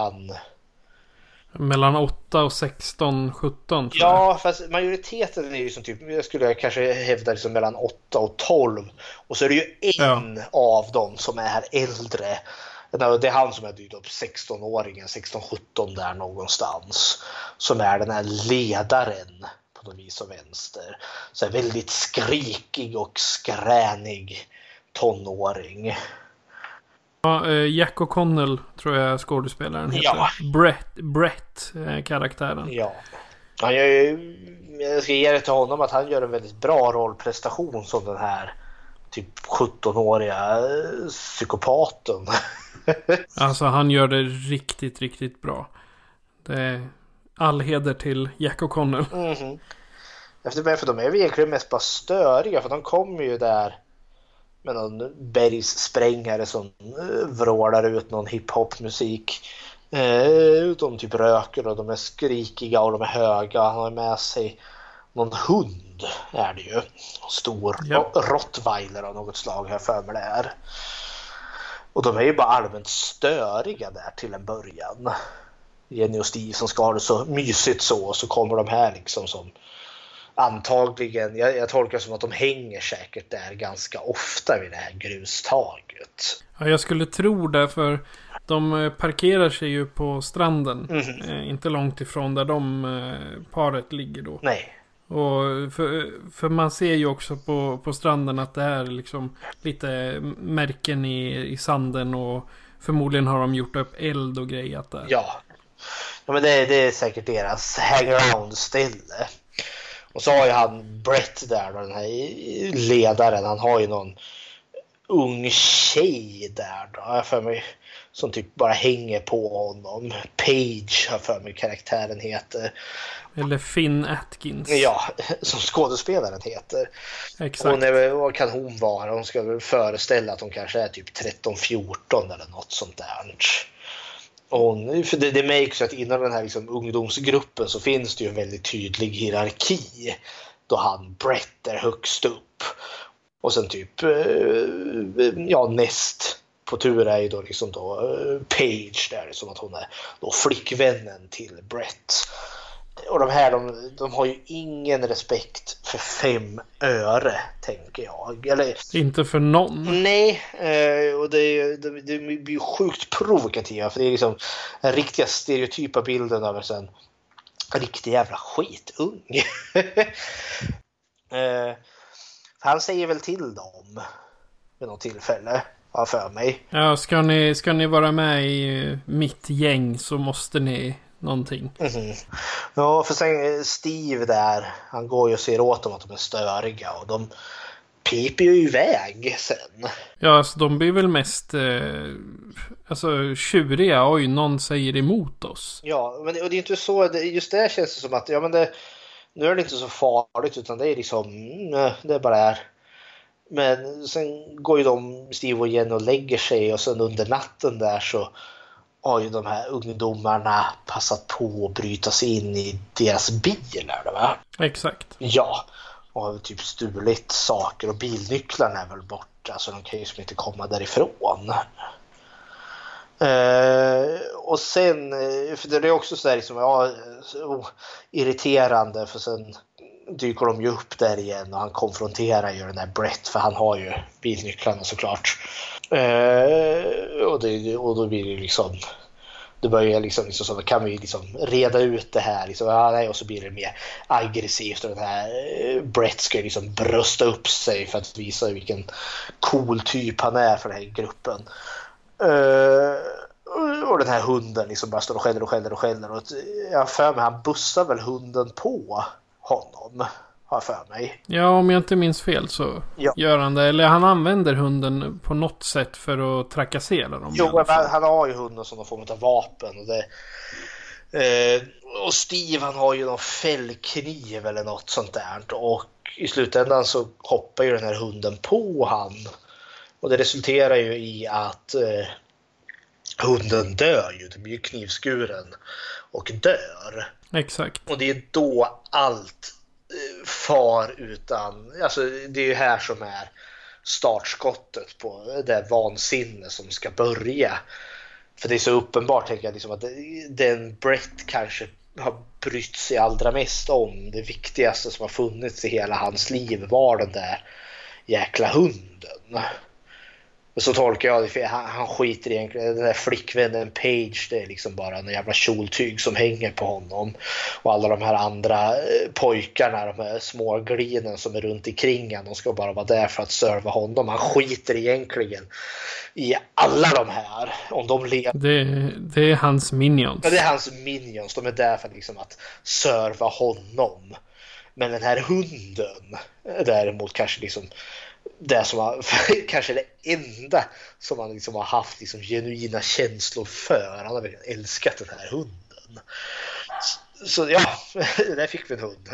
mellan 8 och 16, 17? Ja, fast majoriteten är ju som typ, jag skulle kanske hävda liksom mellan 8 och 12. Och så är det ju en av dem som är äldre. Det är han som är dykt upp, 16-åringen, 16-17 där någonstans. Som är den här ledaren på något vis och vänster. Så är väldigt skrikig och skränig tonåring. Ja, Jack O'Connell tror jag skådespelaren heter. Ja. Brett karaktären. Ja. Jag ska ge det till honom att han gör en väldigt bra rollprestation som den här typ 17-åriga psykopaten. Alltså han gör det riktigt, riktigt bra. Det är all heder till Jack O'Connell. Mm-hmm. För de är ju egentligen mest bara störiga, för de kommer ju där med någon bergssprängare som vrålar ut någon hiphop-musik. De typ röker och de är skrikiga och de är höga. Han har med sig någon hund, är det ju. Stor rottweiler av något slag här för mig det är. Och de är ju bara allmänt störiga där till en början. Jenny och Steve som ska ha det så mysigt så kommer de här liksom som antagligen, jag tolkar som att de hänger säkert där ganska ofta vid det här grustaget. Ja, jag skulle tro det, för de parkerar sig ju på stranden. Inte långt ifrån där paret ligger då. Nej. Och för man ser ju också på stranden att det är liksom lite märken i sanden, och förmodligen har de gjort upp eld och grejat där. Ja, men det är säkert deras hangaround-ställe. Och så har ju han Brett där då, den här ledaren, han har ju någon ung tjej där då, för mig, som typ bara hänger på honom. Page har för mig karaktären heter. Eller Finn Atkins. Ja, som skådespelaren heter. Exakt. Vad kan hon vara? Hon ska väl föreställa att hon kanske är typ 13-14 eller något sånt där. För det märks att inom den här liksom ungdomsgruppen så finns det ju en väldigt tydlig hierarki. Då han Brett är högst upp. Och sen typ näst på tur är ju då liksom då Page där, som att hon är då flickvännen till Brett. Och de här de har ju ingen respekt för 5 öre, tänker jag. Eller inte för någon. Nej, och det blir ju sjukt provokativa, för det är liksom den riktiga stereotypa bilden av en riktig jävla skitung. Han säger väl till dem vid något tillfälle, har för mig. Ja, ska ni vara med i mitt gäng så måste ni någonting. Ja, för sen Steve där, han går ju och ser åt dem att de är störiga, och de piper ju iväg sen. Ja, alltså de blir väl mest tjuriga. Oj, någon säger emot oss. Ja, men det är inte så, just det känns det som att nu är det inte så farligt, utan det är liksom det bara är. Men sen går ju Steve och Jenny och lägger sig, och sen under natten där så har ju de här ungdomarna passat på att bryta sig in i deras bilar, va? Exakt. Ja, och har typ stulit saker, och bilnycklarna är väl borta, så de kan ju inte komma därifrån. Och sen, för det är också så där liksom, irriterande, för sen dyker de ju upp där igen, och han konfronterar ju den där Brett, för han har ju bilnycklarna såklart. Och då blir det liksom, då börjar liksom så kan vi liksom reda ut det här liksom, nej, och så blir det mer aggressivt och den här Brett ska liksom brösta upp sig för att visa vilken cool typ han är för den här gruppen. Och den här hunden liksom bara står och skäller och jag för mig han bussar väl hunden på honom, har för mig. Ja, om jag inte minns fel så gör han det. Eller han använder hunden på något sätt för att trakassera dem. Jo, han har ju hunden som någon form av vapen. Och, och Steve han har ju någon fällkniv eller något sånt där. Och i slutändan så hoppar ju den här hunden på han. Och det resulterar ju i att hunden dör ju. Det blir ju knivskuren och dör. Exakt. Och det är då allt far utan, alltså det är ju här som är startskottet på det vansinne som ska börja. För det är så uppenbart, tänker jag, liksom, att den Brett kanske har brytt sig allra mest om. Det viktigaste som har funnits i hela hans liv var den där jäkla hunden. Så tolkar jag det, för han skiter egentligen. Den där flickvännen Paige, det är liksom bara en jävla kjoltyg som hänger på honom. Och alla de här andra pojkarna, de här små glinen som är runt omkring han, de ska bara vara där för att serva honom. Han skiter egentligen i alla de här. Om de det är hans minions. Ja, det är hans minions. De är där för liksom att serva honom. Men den här hunden däremot kanske liksom det som har, kanske det enda som han liksom har haft liksom genuina känslor för. Han har verkligen älskat den här hunden. Så ja, där fick vi en hund.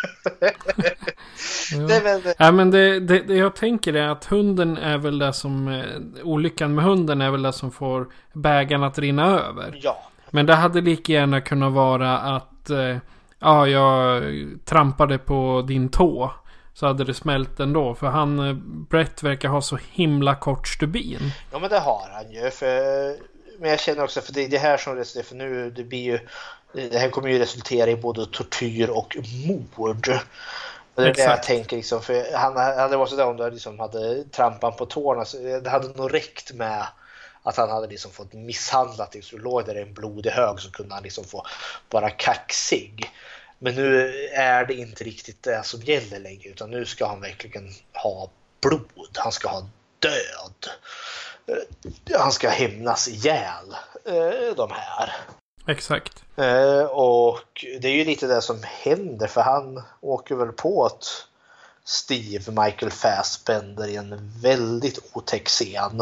Ja, men det jag tänker är att hunden är väl det som, olyckan med hunden är väl det som får bägaren att rinna över. Ja. Men det hade lika gärna kunnat vara att jag trampade på din tå. Så hade det smält ändå. För Brett verkar ha så himla kort stubin. Ja, men det har han ju. Men jag känner också, för det här som det för nu, det blir ju, det här kommer ju resultera i både tortyr och mord. Och det är det jag tänker liksom, för han hade varit sådär om du liksom hade trampat på tårna, så det hade nog räckt med att han hade liksom fått misshandlat, så låg där en blodig hög, så kunde han liksom få vara kaxig. Men nu är det inte riktigt det som gäller längre, utan nu ska han verkligen ha blod. Han ska ha död. Han ska hämnas ihjäl de här. Exakt. Och det är ju lite det som händer, för han åker väl på att Steve Michael Fassbender i en väldigt otäck scen.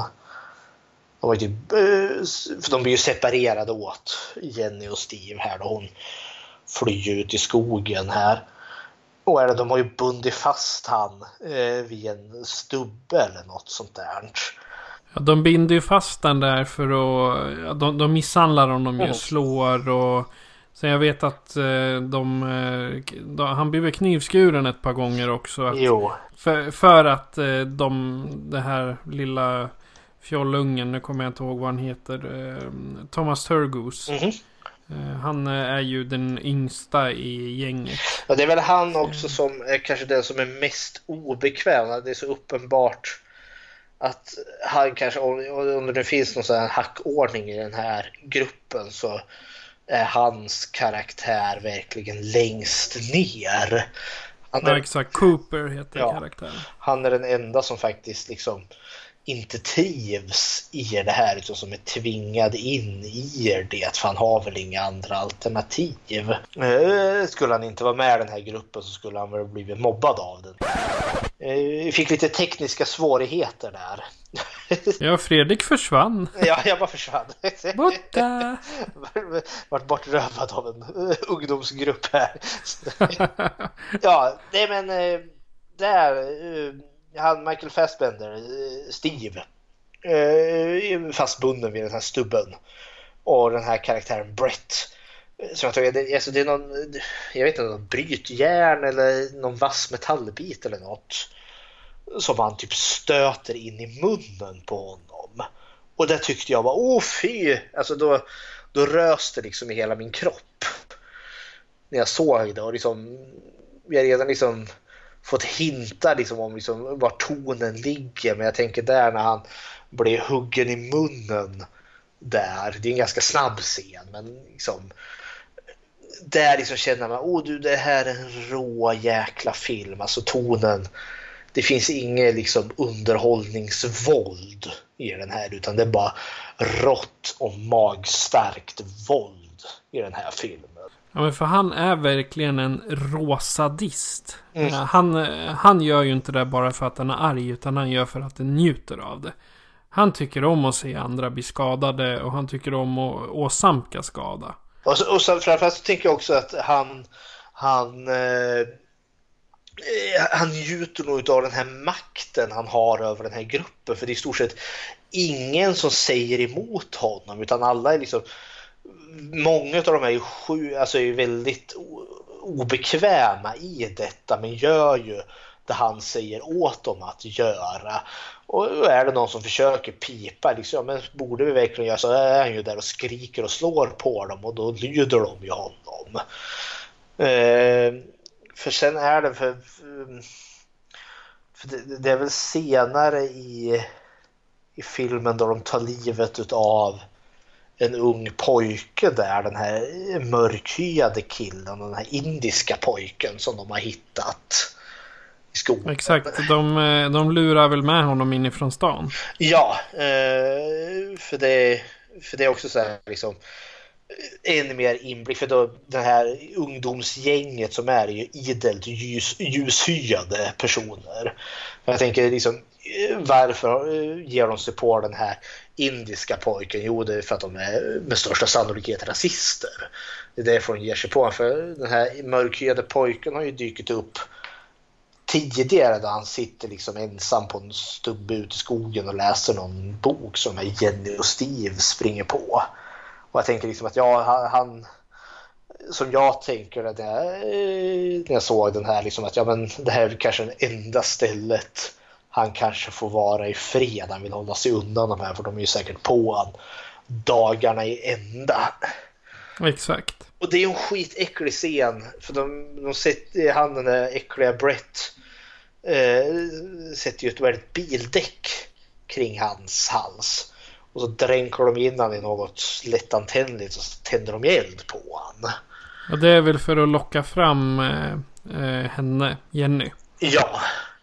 För de blir ju separerade åt, Jenny och Steve här då. Hon flyr ut i skogen här. Och de har ju bundit fast han vid en stubbe eller något sånt där. Ja, de binder ju fast den där för att de misshandlar honom ju, slår och sen jag vet att han blir knivskuren ett par gånger också. För att det här lilla fjollungen, nu kommer jag inte ihåg vad han heter, Thomas Turgoose. Han är ju den yngsta i gänget. Ja, det är väl han också som är kanske den som är mest obekväm. Det är så uppenbart att han kanske, om det finns någon sån här hackordning i den här gruppen, så är hans karaktär verkligen längst ner. Ja, exakt. Cooper heter karaktären. Han är den enda som faktiskt liksom inte trivs i det här, utan som är tvingad in i det, för han har väl inga andra alternativ. Skulle han inte vara med i den här gruppen så skulle han väl blivit mobbad av den. Vi fick lite tekniska svårigheter där. Ja, Fredrik försvann. Ja, jag bara försvann. Borta! Vart bortrövad av en ungdomsgrupp här. Ja, nej men där... Han Michael Fassbender, Steve, fastbunden vid den här stubben, och den här karaktären Brett, som jag tror det är någon, jag vet inte, någon brytjärn eller någon vass metallbit eller något som han typ stöter in i munnen på honom. Och det tyckte jag var fy, alltså då röste liksom i hela min kropp när jag såg det, och liksom jag redan liksom fått hinta liksom om liksom var tonen ligger, men jag tänker där när han blev huggen i munnen, där. Det är en ganska snabb scen, men liksom där liksom känner man, det här är en rå jäkla film. Alltså tonen, det finns inget liksom underhållningsvåld i den här, utan det är bara rått och magstarkt våld i den här filmen. Ja, men för han är verkligen en råsadist. Han gör ju inte det bara för att han är arg, utan han gör för att han njuter av det. Han tycker om att se andra bli skadade, och han tycker om att åsamka skada. Och så framförallt så tänker jag också att han njuter nog av den här makten han har över den här gruppen, för det är i stort sett ingen som säger emot honom, utan alla är liksom, många av dem är ju är väldigt obekväma i detta, men gör ju det han säger åt dem att göra. Och är det någon som försöker pipa liksom, men borde vi verkligen göra, så är han ju där och skriker och slår på dem, och då lyder de ju honom. För sen är det för det är väl senare i filmen då de tar livet av en ung pojke där, den här mörkhyade killen och den här indiska pojken som de har hittat i skogen. Exakt, de lurar väl med honom inifrån stan. Ja, för det är också så här liksom ännu mer inblick, för då det här ungdomsgänget som är ju idelt ljushyade personer. Jag tänker liksom, varför ger de sig på den här indiska pojken? Jo, det är för att de är med största sannolikhet rasister. Det är därför de ger sig på, för den här mörkhyade pojken har ju dykt upp tidigare då han sitter liksom ensam på en stubbe ute i skogen och läser någon bok som är Jenny och Steve springer på. Och jag tänker liksom att han som jag tänker när jag såg den här liksom, att men det här är kanske det enda stället han kanske får vara i fred. Han vill hålla sig undan de här, för de är ju säkert på han dagarna i ända. Exakt. Och det är ju en skitäcklig scen, för de sätter han, den där äckliga Brett sätter ju ett väldigt bildäck kring hans hals. Och så dränker de in han i något lättantändligt och så tänder de eld på han. Och det är väl för att locka fram henne, Jenny. Ja.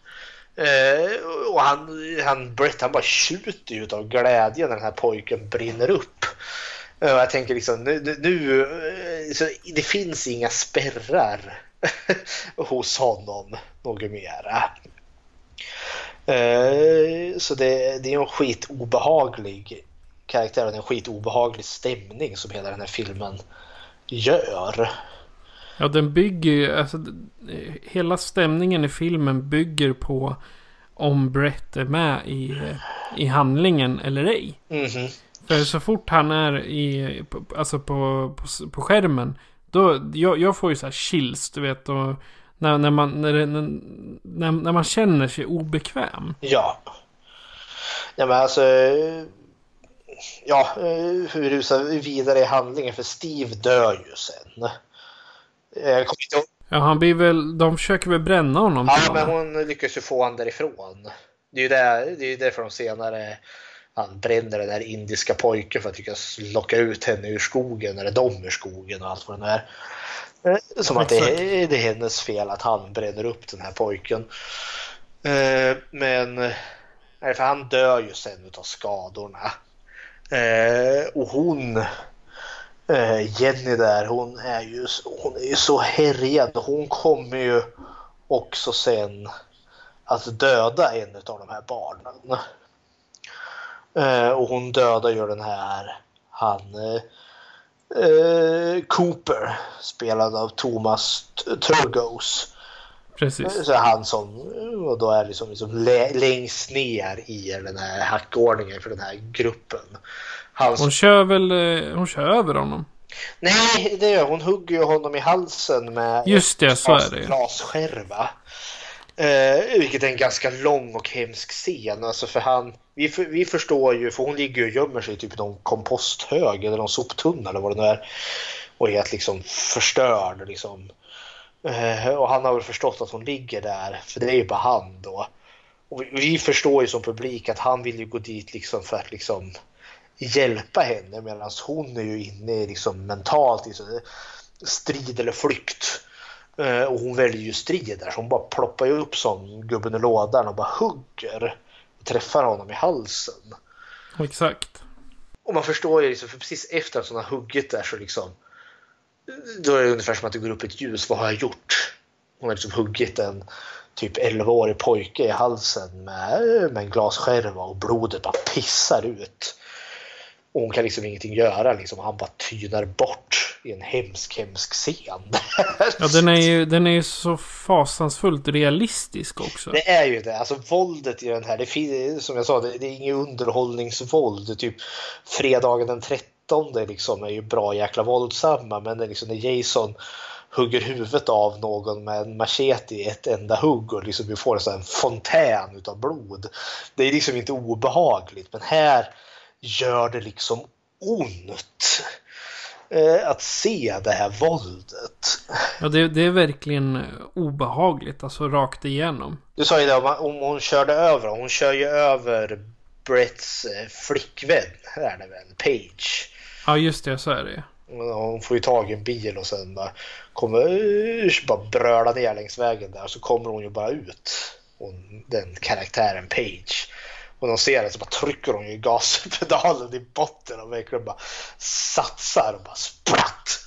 Och Brett han bara tjuter ut av glädje när den här pojken brinner upp. Och jag tänker liksom nu så det finns inga spärrar hos honom något mera. Så det är en skitobehaglig karaktär och en skitobehaglig stämning som hela den här filmen gör. Ja, den bygger ju, alltså, hela stämningen i filmen bygger på om Brett är med i handlingen eller ej. Mm-hmm. För så fort han är på skärmen, då jag får ju så här chills, du vet, och när man känner sig obekväm. Ja. Ja, men alltså hur rusar vidare i handlingen, för Steve dör ju sen. Jag kommer inte ihåg. Ja, han blir väl, de försöker väl bränna honom. Ja, men hon lyckas ju få han därifrån. Det är ju därför de senare han bränner den där indiska pojken för att lyckas locka ut henne ur skogen, eller de ur skogen och allt vad det är. Som att det är hennes fel att han bränner upp den här pojken. Men för han dör ju sen utav skadorna. Och hon Jenny där, hon är ju så härjad. Hon kommer ju också sen att döda en av de här barnen. Och hon dödar ju den här Cooper, spelad av Thomas Turgos. Precis. Så han som, och då är liksom längst ner i den här hackordningen för den här gruppen. Hon kör över honom. Nej, det gör hon. Hugger ju honom i halsen med just det, så är det. Glasskärva. Vilket är en ganska lång och hemsk scen. Alltså för vi förstår ju, för hon ligger och gömmer sig typ i någon komposthög eller någon soptunna eller vad det nu är. Och är helt liksom förstörd liksom. Och han har väl förstått att hon ligger där, för det är ju bara han då. Och vi förstår ju som publik att han vill ju gå dit liksom för att liksom hjälpa henne, medan hon är ju inne i liksom mentalt i strid eller flykt. Och hon väljer ju strid där, så hon bara ploppar ju upp som gubben i lådan och bara hugger och träffar honom i halsen. Exakt. Och man förstår ju liksom, för precis efter att hon har huggit där så liksom, då är det ungefär som att det går upp ett ljus. Vad har jag gjort? Hon har liksom huggit en typ 11-årig pojke i halsen med en glasskärva och blodet bara pissar ut. Och hon kan liksom ingenting göra. Liksom. Han bara tynar bort i en hemsk scen. Ja, den är ju så fasansfullt realistisk också. Det är ju det. Alltså våldet i den här, som jag sa, det är ingen underhållningsvåld. Det är typ fredagen den 13 liksom är ju bra jäkla våldsamma. Men det är liksom när Jason hugger huvudet av någon med en machete i ett enda hugg och liksom vi får en sån fontän utav blod. Det är liksom inte obehagligt, men här gör det liksom ont att se det här våldet. Ja, det är verkligen obehagligt, alltså rakt igenom. Du sa ju det, om hon körde över, hon kör ju över Bretts flickvän, är det väl, Paige. Ja, just det, så är det. Hon får ju tag i en bil och sen bara bröla ner längs vägen där, så kommer hon ju bara ut. Den karaktären Paige. Och de ser det så bara trycker hon ju gaspedalen i botten och verkligen bara satsar och bara spratt.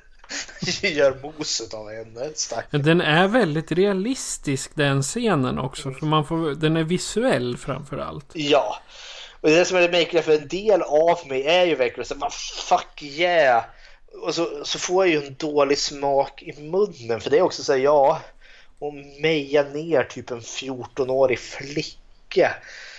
Gör moset av henne. Den är väldigt realistisk, den scenen också. För den är visuell framförallt. Ja. Och det som är det märkliga, för en del av mig är ju verkligen så vad fuck yeah. Och så får jag ju en dålig smak i munnen. För det är också så här, ja, och meja ner typ en 14-årig flicka.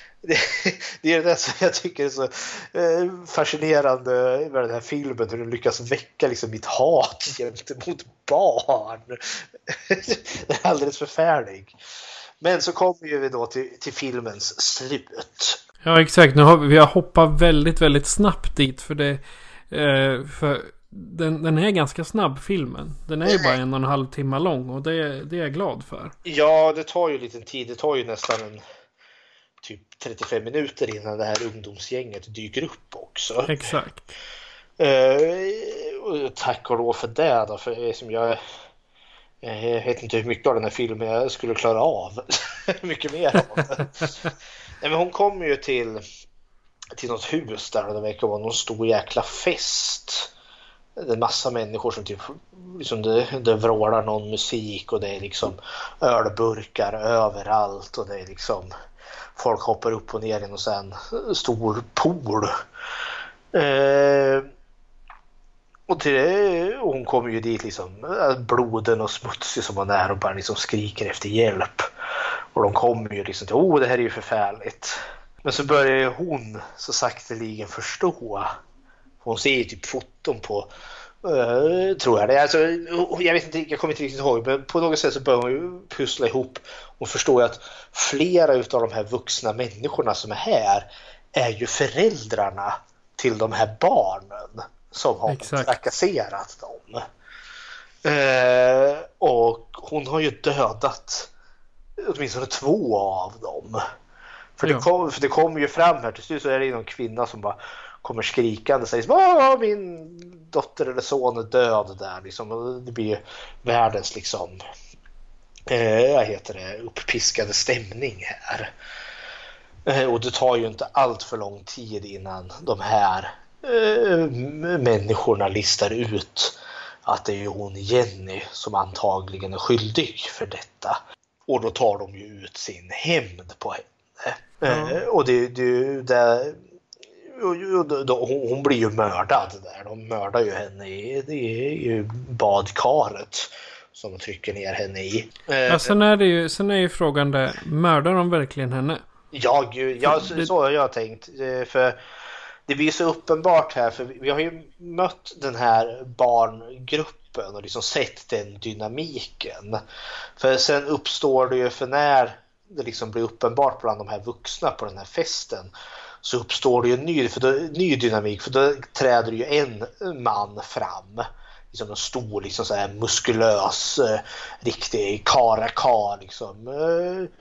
Det är det som jag tycker är så fascinerande med den här filmen, hur den lyckas väcka liksom mitt hat gentemot barn. Det är alldeles förfärlig. Men så kommer ju vi då till filmens slut. Ja, exakt. Nu vi har hoppat väldigt, väldigt snabbt dit, för det för den är ganska snabb, filmen. Den är ju bara 1,5 timmar lång, och det är jag glad för. Ja, det tar ju lite tid. Det tar ju nästan typ 35 minuter innan det här ungdomsgänget dyker upp också. Exakt. Tack och lov för det då, för som jag vet inte hur mycket av den här filmen jag skulle klara av. Mycket mer av det. Nej, men hon kommer ju till något hus där, och det verkar vara någon stor jäkla fest. Det är en massa människor som typ liksom det vrålar någon musik, och det är liksom ölburkar överallt, och det är liksom folk hoppar upp och ner i och sen stor pool. Och till det, och hon kommer ju dit liksom bloden och smutsig som hon är, och bara liksom skriker efter hjälp. Och de kommer ju liksom till, det här är ju förfärligt. Men så börjar ju hon så sakteligen förstå. Hon ser ju typ foton på tror jag det. Alltså, jag vet inte, jag kommer inte riktigt ihåg, men på något sätt så börjar hon ju pussla ihop och förstå att flera utav de här vuxna människorna som är här är ju föräldrarna till de här barnen som har trakasserat dem. Och hon har ju dödat åtminstone 2 av dem. För det kommer ju fram här till slut, så är det någon kvinna som bara kommer skrikande och säger min dotter eller son är död där liksom. Och det blir världens liksom uppiskade stämning här. Och det tar ju inte allt för lång tid innan de här människorna listar ut att det är ju hon Jenny som antagligen är skyldig för detta. Och då tar de ju ut sin hämnd på henne. Och hon blir ju mördad där. De mördar ju henne i badkaret som de trycker ner henne i. Ja, sen är ju frågan där, mördar de verkligen henne? Ja, så har jag tänkt. För det blir så uppenbart här, för vi har ju mött den här barngruppen och liksom sett den dynamiken. För sen uppstår det ju, för när det liksom blir uppenbart bland de här vuxna på den här festen, så uppstår det ju en ny dynamik, för då träder ju en man fram, liksom en stor liksom så här muskulös riktig karaka liksom,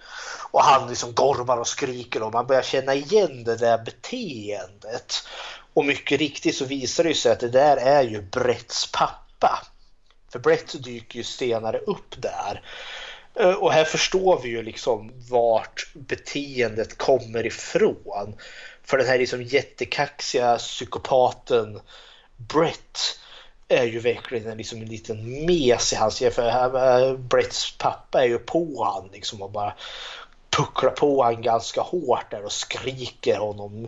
och han liksom gormar och skriker och man börjar känna igen det där beteendet. Och mycket riktigt så visar det sig att det där är ju Bretts pappa. För Brett dyker ju senare upp där. Och här förstår vi ju liksom vart beteendet kommer ifrån. För den här liksom jättekaxiga psykopaten Brett är ju verkligen liksom en liten mes i hans... För Bretts pappa är ju på han liksom och bara pucklar på han ganska hårt där och skriker honom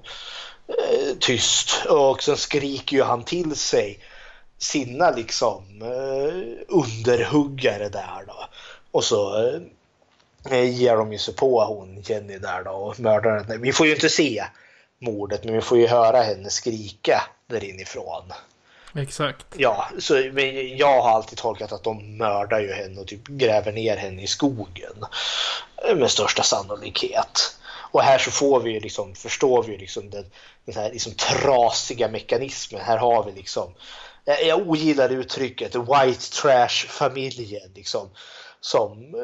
tyst. Och sen skriker ju han till sig sina liksom underhuggare där då. Och så ger de ju sig på hon Jenny där då och mördar henne. Vi får ju inte se mordet, men vi får ju höra henne skrika där inifrån. Exakt. Ja, så men jag har alltid tolkat att de mördar ju henne och typ gräver ner henne i skogen med största sannolikhet. Och här så får vi liksom, förstår vi liksom den här liksom trasiga mekanismen. Här har vi liksom, jag ogillar uttrycket white trash familjen liksom, som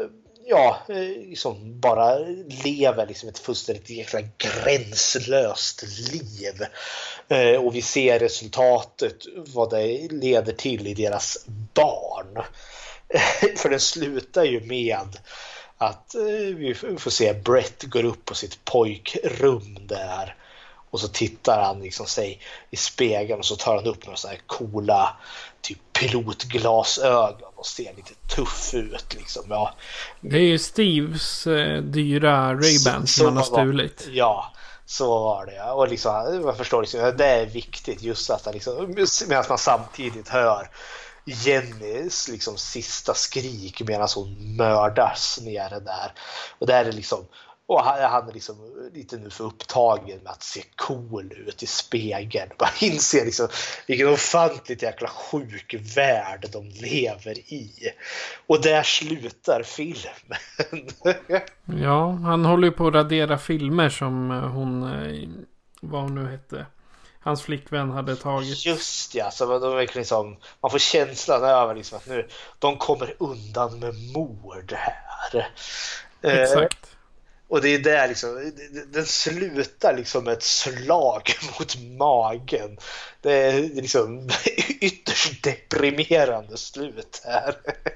liksom bara lever liksom ett fullständigt jäkla gränslöst liv. Och vi ser resultatet, vad det leder till i deras barn. För den slutar ju med att vi får se Brett går upp på sitt pojkrum där. Och så tittar han liksom sig i spegeln och så tar han upp några så här coola typ pilotglasögon och ser lite tuff ut liksom. Ja. Det är ju Steves dyra Ray-Ban som han har stulit. Ja, så var det. Och liksom, jag förstår liksom, det är viktigt just att han liksom, medan man samtidigt hör Jennys liksom sista skrik medan hon mördas nere där. Och där är liksom, och han är liksom lite nu för upptagen med att se cool ut i spegeln. Man inser liksom vilken ofantligt jäkla sjuk värld de lever i. Och där slutar filmen. Ja, han håller ju på att radera filmer som hon, vad hon nu hette, hans flickvän hade tagit. Just ja, så de verkligen liksom, man får känslan över liksom att nu de kommer undan med mord här. Exakt. Och det är där liksom, den slutar liksom med ett slag mot magen. Det är liksom ytterst deprimerande slut här.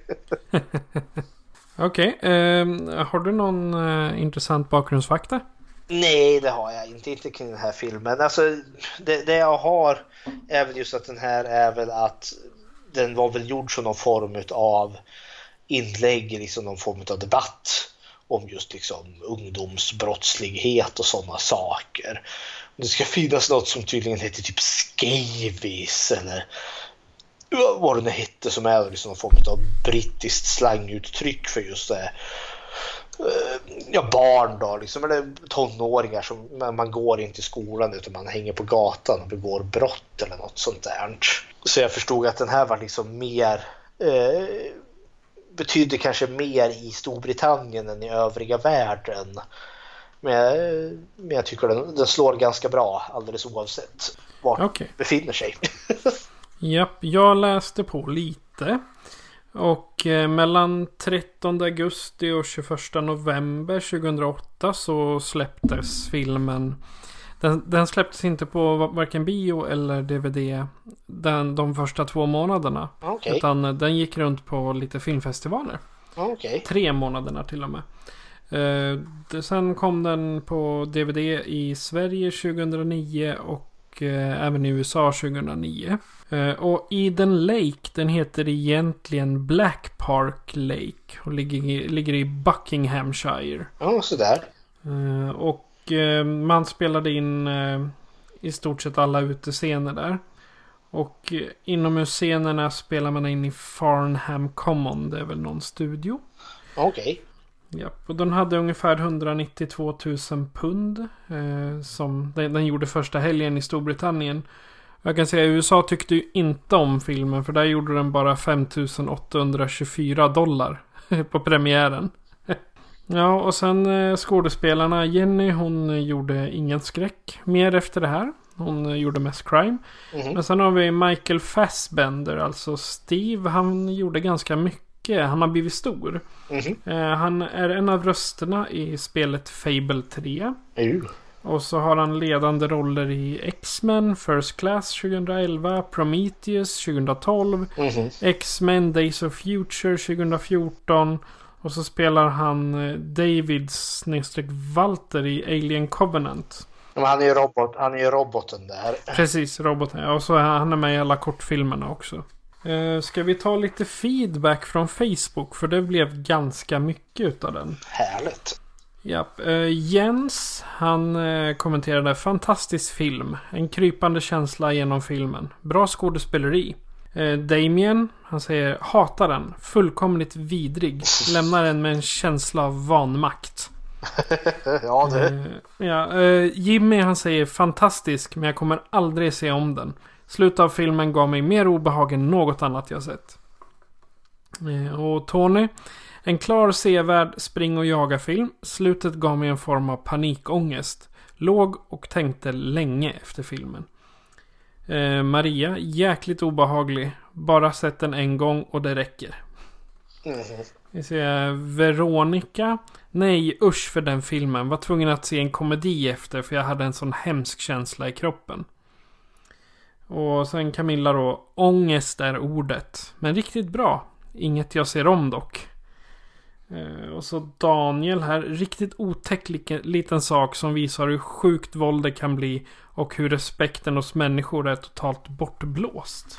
Okej, har du någon intressant bakgrundsfakta? Nej, det har jag inte kring den här filmen. Alltså, det jag har är väl just att den här är väl att den var väl gjord som någon form av inlägg, liksom någon form av debatt om just liksom ungdomsbrottslighet och sådana saker. Det ska finnas något som tydligen heter typ scabies eller vad det nu hette, som är liksom någon form av brittiskt slanguttryck för just det. Ja, barn då liksom, eller tonåringar som man går inte i skolan utan man hänger på gatan och begår brott eller något sånt där. Så jag förstod att den här var liksom mer betyder kanske mer i Storbritannien än i övriga världen. Men jag tycker den slår ganska bra alldeles oavsett var den befinner sig. Japp, jag läste på lite. Och mellan 13 augusti och 21 november 2008 så släpptes filmen. Den släpptes inte på varken bio eller DVD de första 2 månaderna. Okay. Utan den gick runt på lite filmfestivaler. 3 månaderna till och med. Sen kom den på DVD i Sverige 2009 och även i USA 2009. Och Eden Lake, den heter egentligen Black Park Lake och ligger i Buckinghamshire. Ja, sådär. Och man spelade in i stort sett alla utescener där. Och inomhusscenerna spelar man in i Farnham Common. Det är väl någon studio. Okej. Ja, och den hade ungefär 192 000 pund. Som den gjorde första helgen i Storbritannien. Jag kan säga att USA tyckte ju inte om filmen. För där gjorde den bara $5,824 på premiären. Ja, och sen skådespelarna. Jenny, hon gjorde ingen skräck mer efter det här. Hon gjorde mest crime. Men sen har vi Michael Fassbender, alltså Steve. Han gjorde ganska mycket. Han har blivit stor. Han är en av rösterna i spelet Fable 3. Och så har han ledande roller i X-Men, First Class 2011, Prometheus 2012, X-Men Days of Future 2014. Och så spelar han David/Walter i Alien Covenant. Men han är ju roboten där. Precis, roboten. Ja, och så är han med i alla kortfilmerna också. Ska vi ta lite feedback från Facebook? För det blev ganska mycket utav den. Härligt. Japp. Jens, han kommenterade: fantastisk film. En krypande känsla genom filmen. Bra skådespeleri. Damien, han säger: hatar den. Fullkomligt vidrig. Lämnar den med en känsla av vanmakt. Ja, det. Jimmy, han säger: fantastisk, men jag kommer aldrig se om den. Slutet av filmen gav mig mer obehag än något annat jag sett. Och Tony: en klar sevärd spring- och jaga-film. Slutet gav mig en form av panikångest. Låg och tänkte länge efter filmen. Maria: jäkligt obehaglig. Bara sett den en gång och det räcker. Vi ser Veronica: nej, usch för den filmen. Var tvungen att se en komedi efter, för jag hade en sån hemsk känsla i kroppen. Och sen Camilla då: ångest är ordet. Men riktigt bra. Inget jag ser om dock. Och så Daniel här: riktigt otäck liten sak som visar hur sjukt våld det kan bli och hur respekten hos människor är totalt bortblåst.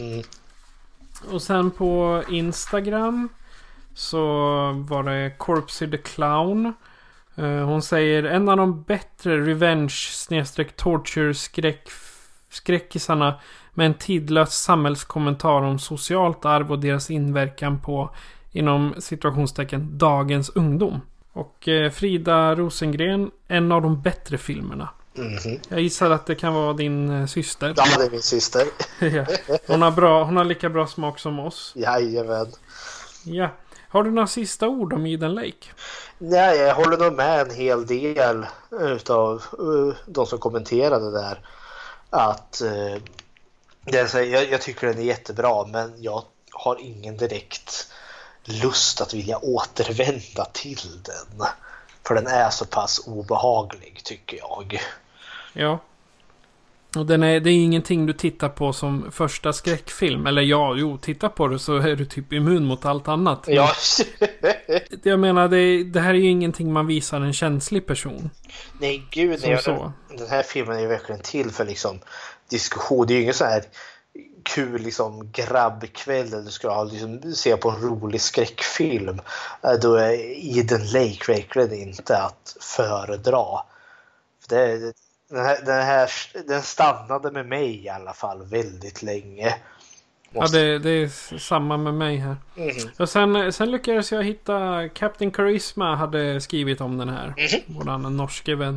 Och sen på Instagram så var det Corpsey the Clown. Hon säger: en av de bättre revenge/torture skräckisarna med en tidlös samhällskommentar om socialt arv och deras inverkan på, inom situationstecken, dagens ungdom. Och Frida Rosengren: en av de bättre filmerna. Jag gissar att det kan vara din syster. Ja, det är min syster. Ja. Hon har lika bra smak som oss. Jajamän. Ja. Har du några sista ord om Eden Lake? Nej, jag håller nog med en hel del utav de som kommenterade där. Att jag tycker den är jättebra, men jag har ingen direkt lust att vilja återvända till den. För den är så pass obehaglig, tycker jag. Ja. Och det är ingenting du tittar på som första skräckfilm. Eller titta på det så är du typ immun mot allt annat. Ja. Jag menar, det här är ju ingenting man visar en känslig person. Nej, gud. Den här filmen är ju verkligen till för liksom diskussion. Det är ju ingen så här kul liksom grabbkväll där du ska liksom se på en rolig skräckfilm. Då är Eden Lake verkligen inte att föredra. Den stannade med mig i alla fall väldigt länge. Ja, det är samma med mig här. Och sen lyckades jag hitta Captain Charisma hade skrivit om den här. Våran norske vän.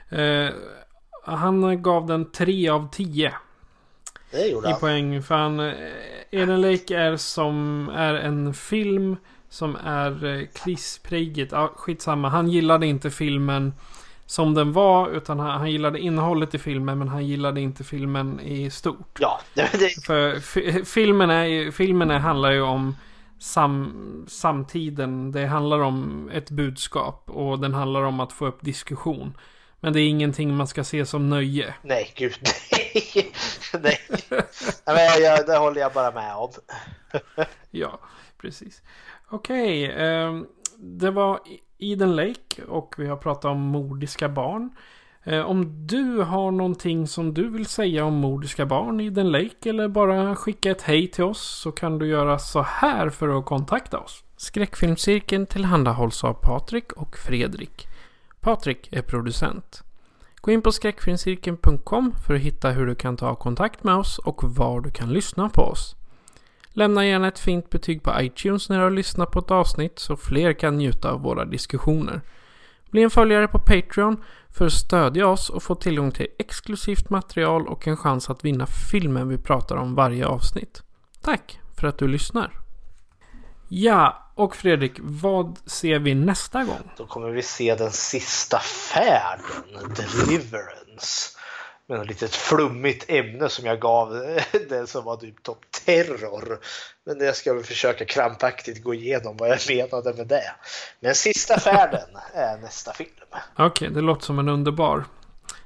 Han gav den 3 av 10. Det gjorde han. I poäng. För Eden Lake är en film som är krispräget. Ja, skitsamma. Han gillade inte filmen som den var, utan han gillade innehållet i filmen, men han gillade inte filmen i stort. Ja, för filmen handlar ju om samtiden. Det handlar om ett budskap och den handlar om att få upp diskussion. Men det är ingenting man ska se som nöje. Nej, gud. Nej. Men det håller jag bara med om. Ja, precis. Okej, det var Eden Lake och vi har pratat om mordiska barn. Om du har någonting som du vill säga om mordiska barn i Eden Lake eller bara skicka ett hej till oss, så kan du göra så här för att kontakta oss. Skräckfilmscirkeln tillhandahålls av Patrik och Fredrik. Patrik är producent. Gå in på skräckfilmscirkeln.com för att hitta hur du kan ta kontakt med oss och var du kan lyssna på oss. Lämna gärna ett fint betyg på iTunes när du har lyssnat på ett avsnitt så fler kan njuta av våra diskussioner. Bli en följare på Patreon för att stödja oss och få tillgång till exklusivt material och en chans att vinna filmen vi pratar om varje avsnitt. Tack för att du lyssnar. Ja, och Fredrik, vad ser vi nästa gång? Då kommer vi se Den sista färden, Deliverance. Med ett litet flummigt ämne som jag gav den som var typ top terror. Men jag ska väl försöka krampaktigt gå igenom vad jag menade med det. Men Sista färden är nästa film. Okej, det låter som en underbar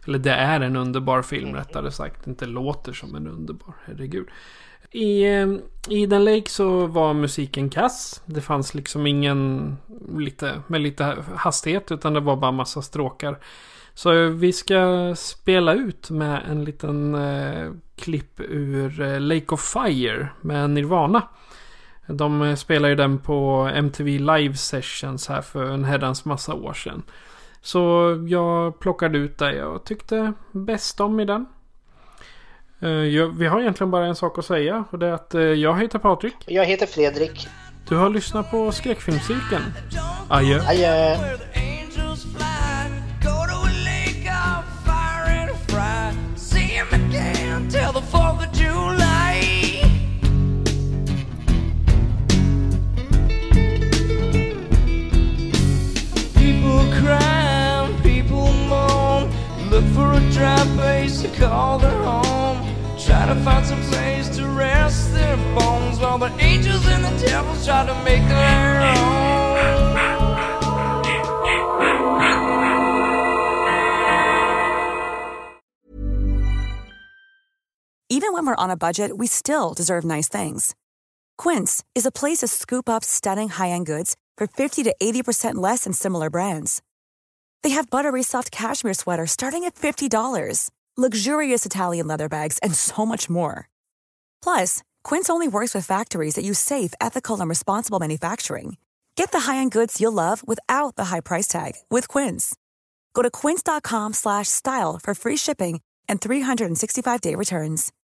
Eller det är en underbar film rättare sagt. Inte låter som en underbar, herregud. I den Lake så var musiken kass. Det fanns liksom ingen med lite hastighet, utan det var bara massa stråkar. Så vi ska spela ut med en liten klipp ur Lake of Fire med Nirvana. De spelar ju den på MTV Live Sessions här för en herrans massa år sedan. Så jag plockade ut det jag tyckte bäst om i den. Vi har egentligen bara en sak att säga, och det är att jag heter Patrik. Jag heter Fredrik. Du har lyssnat på Skräckfilmscirkeln. Adjö. Adjö. Till the 4th of July. People cry, people moan, look for a dry place to call their home, try to find some place to rest their bones, while the angels and the devils try to make their own. Even when we're on a budget, we still deserve nice things. Quince is a place to scoop up stunning high-end goods for 50 to 80% less than similar brands. They have buttery soft cashmere sweaters starting at $50, luxurious Italian leather bags, and so much more. Plus, Quince only works with factories that use safe, ethical, and responsible manufacturing. Get the high-end goods you'll love without the high price tag with Quince. Go to quince.com/style for free shipping and 365-day returns.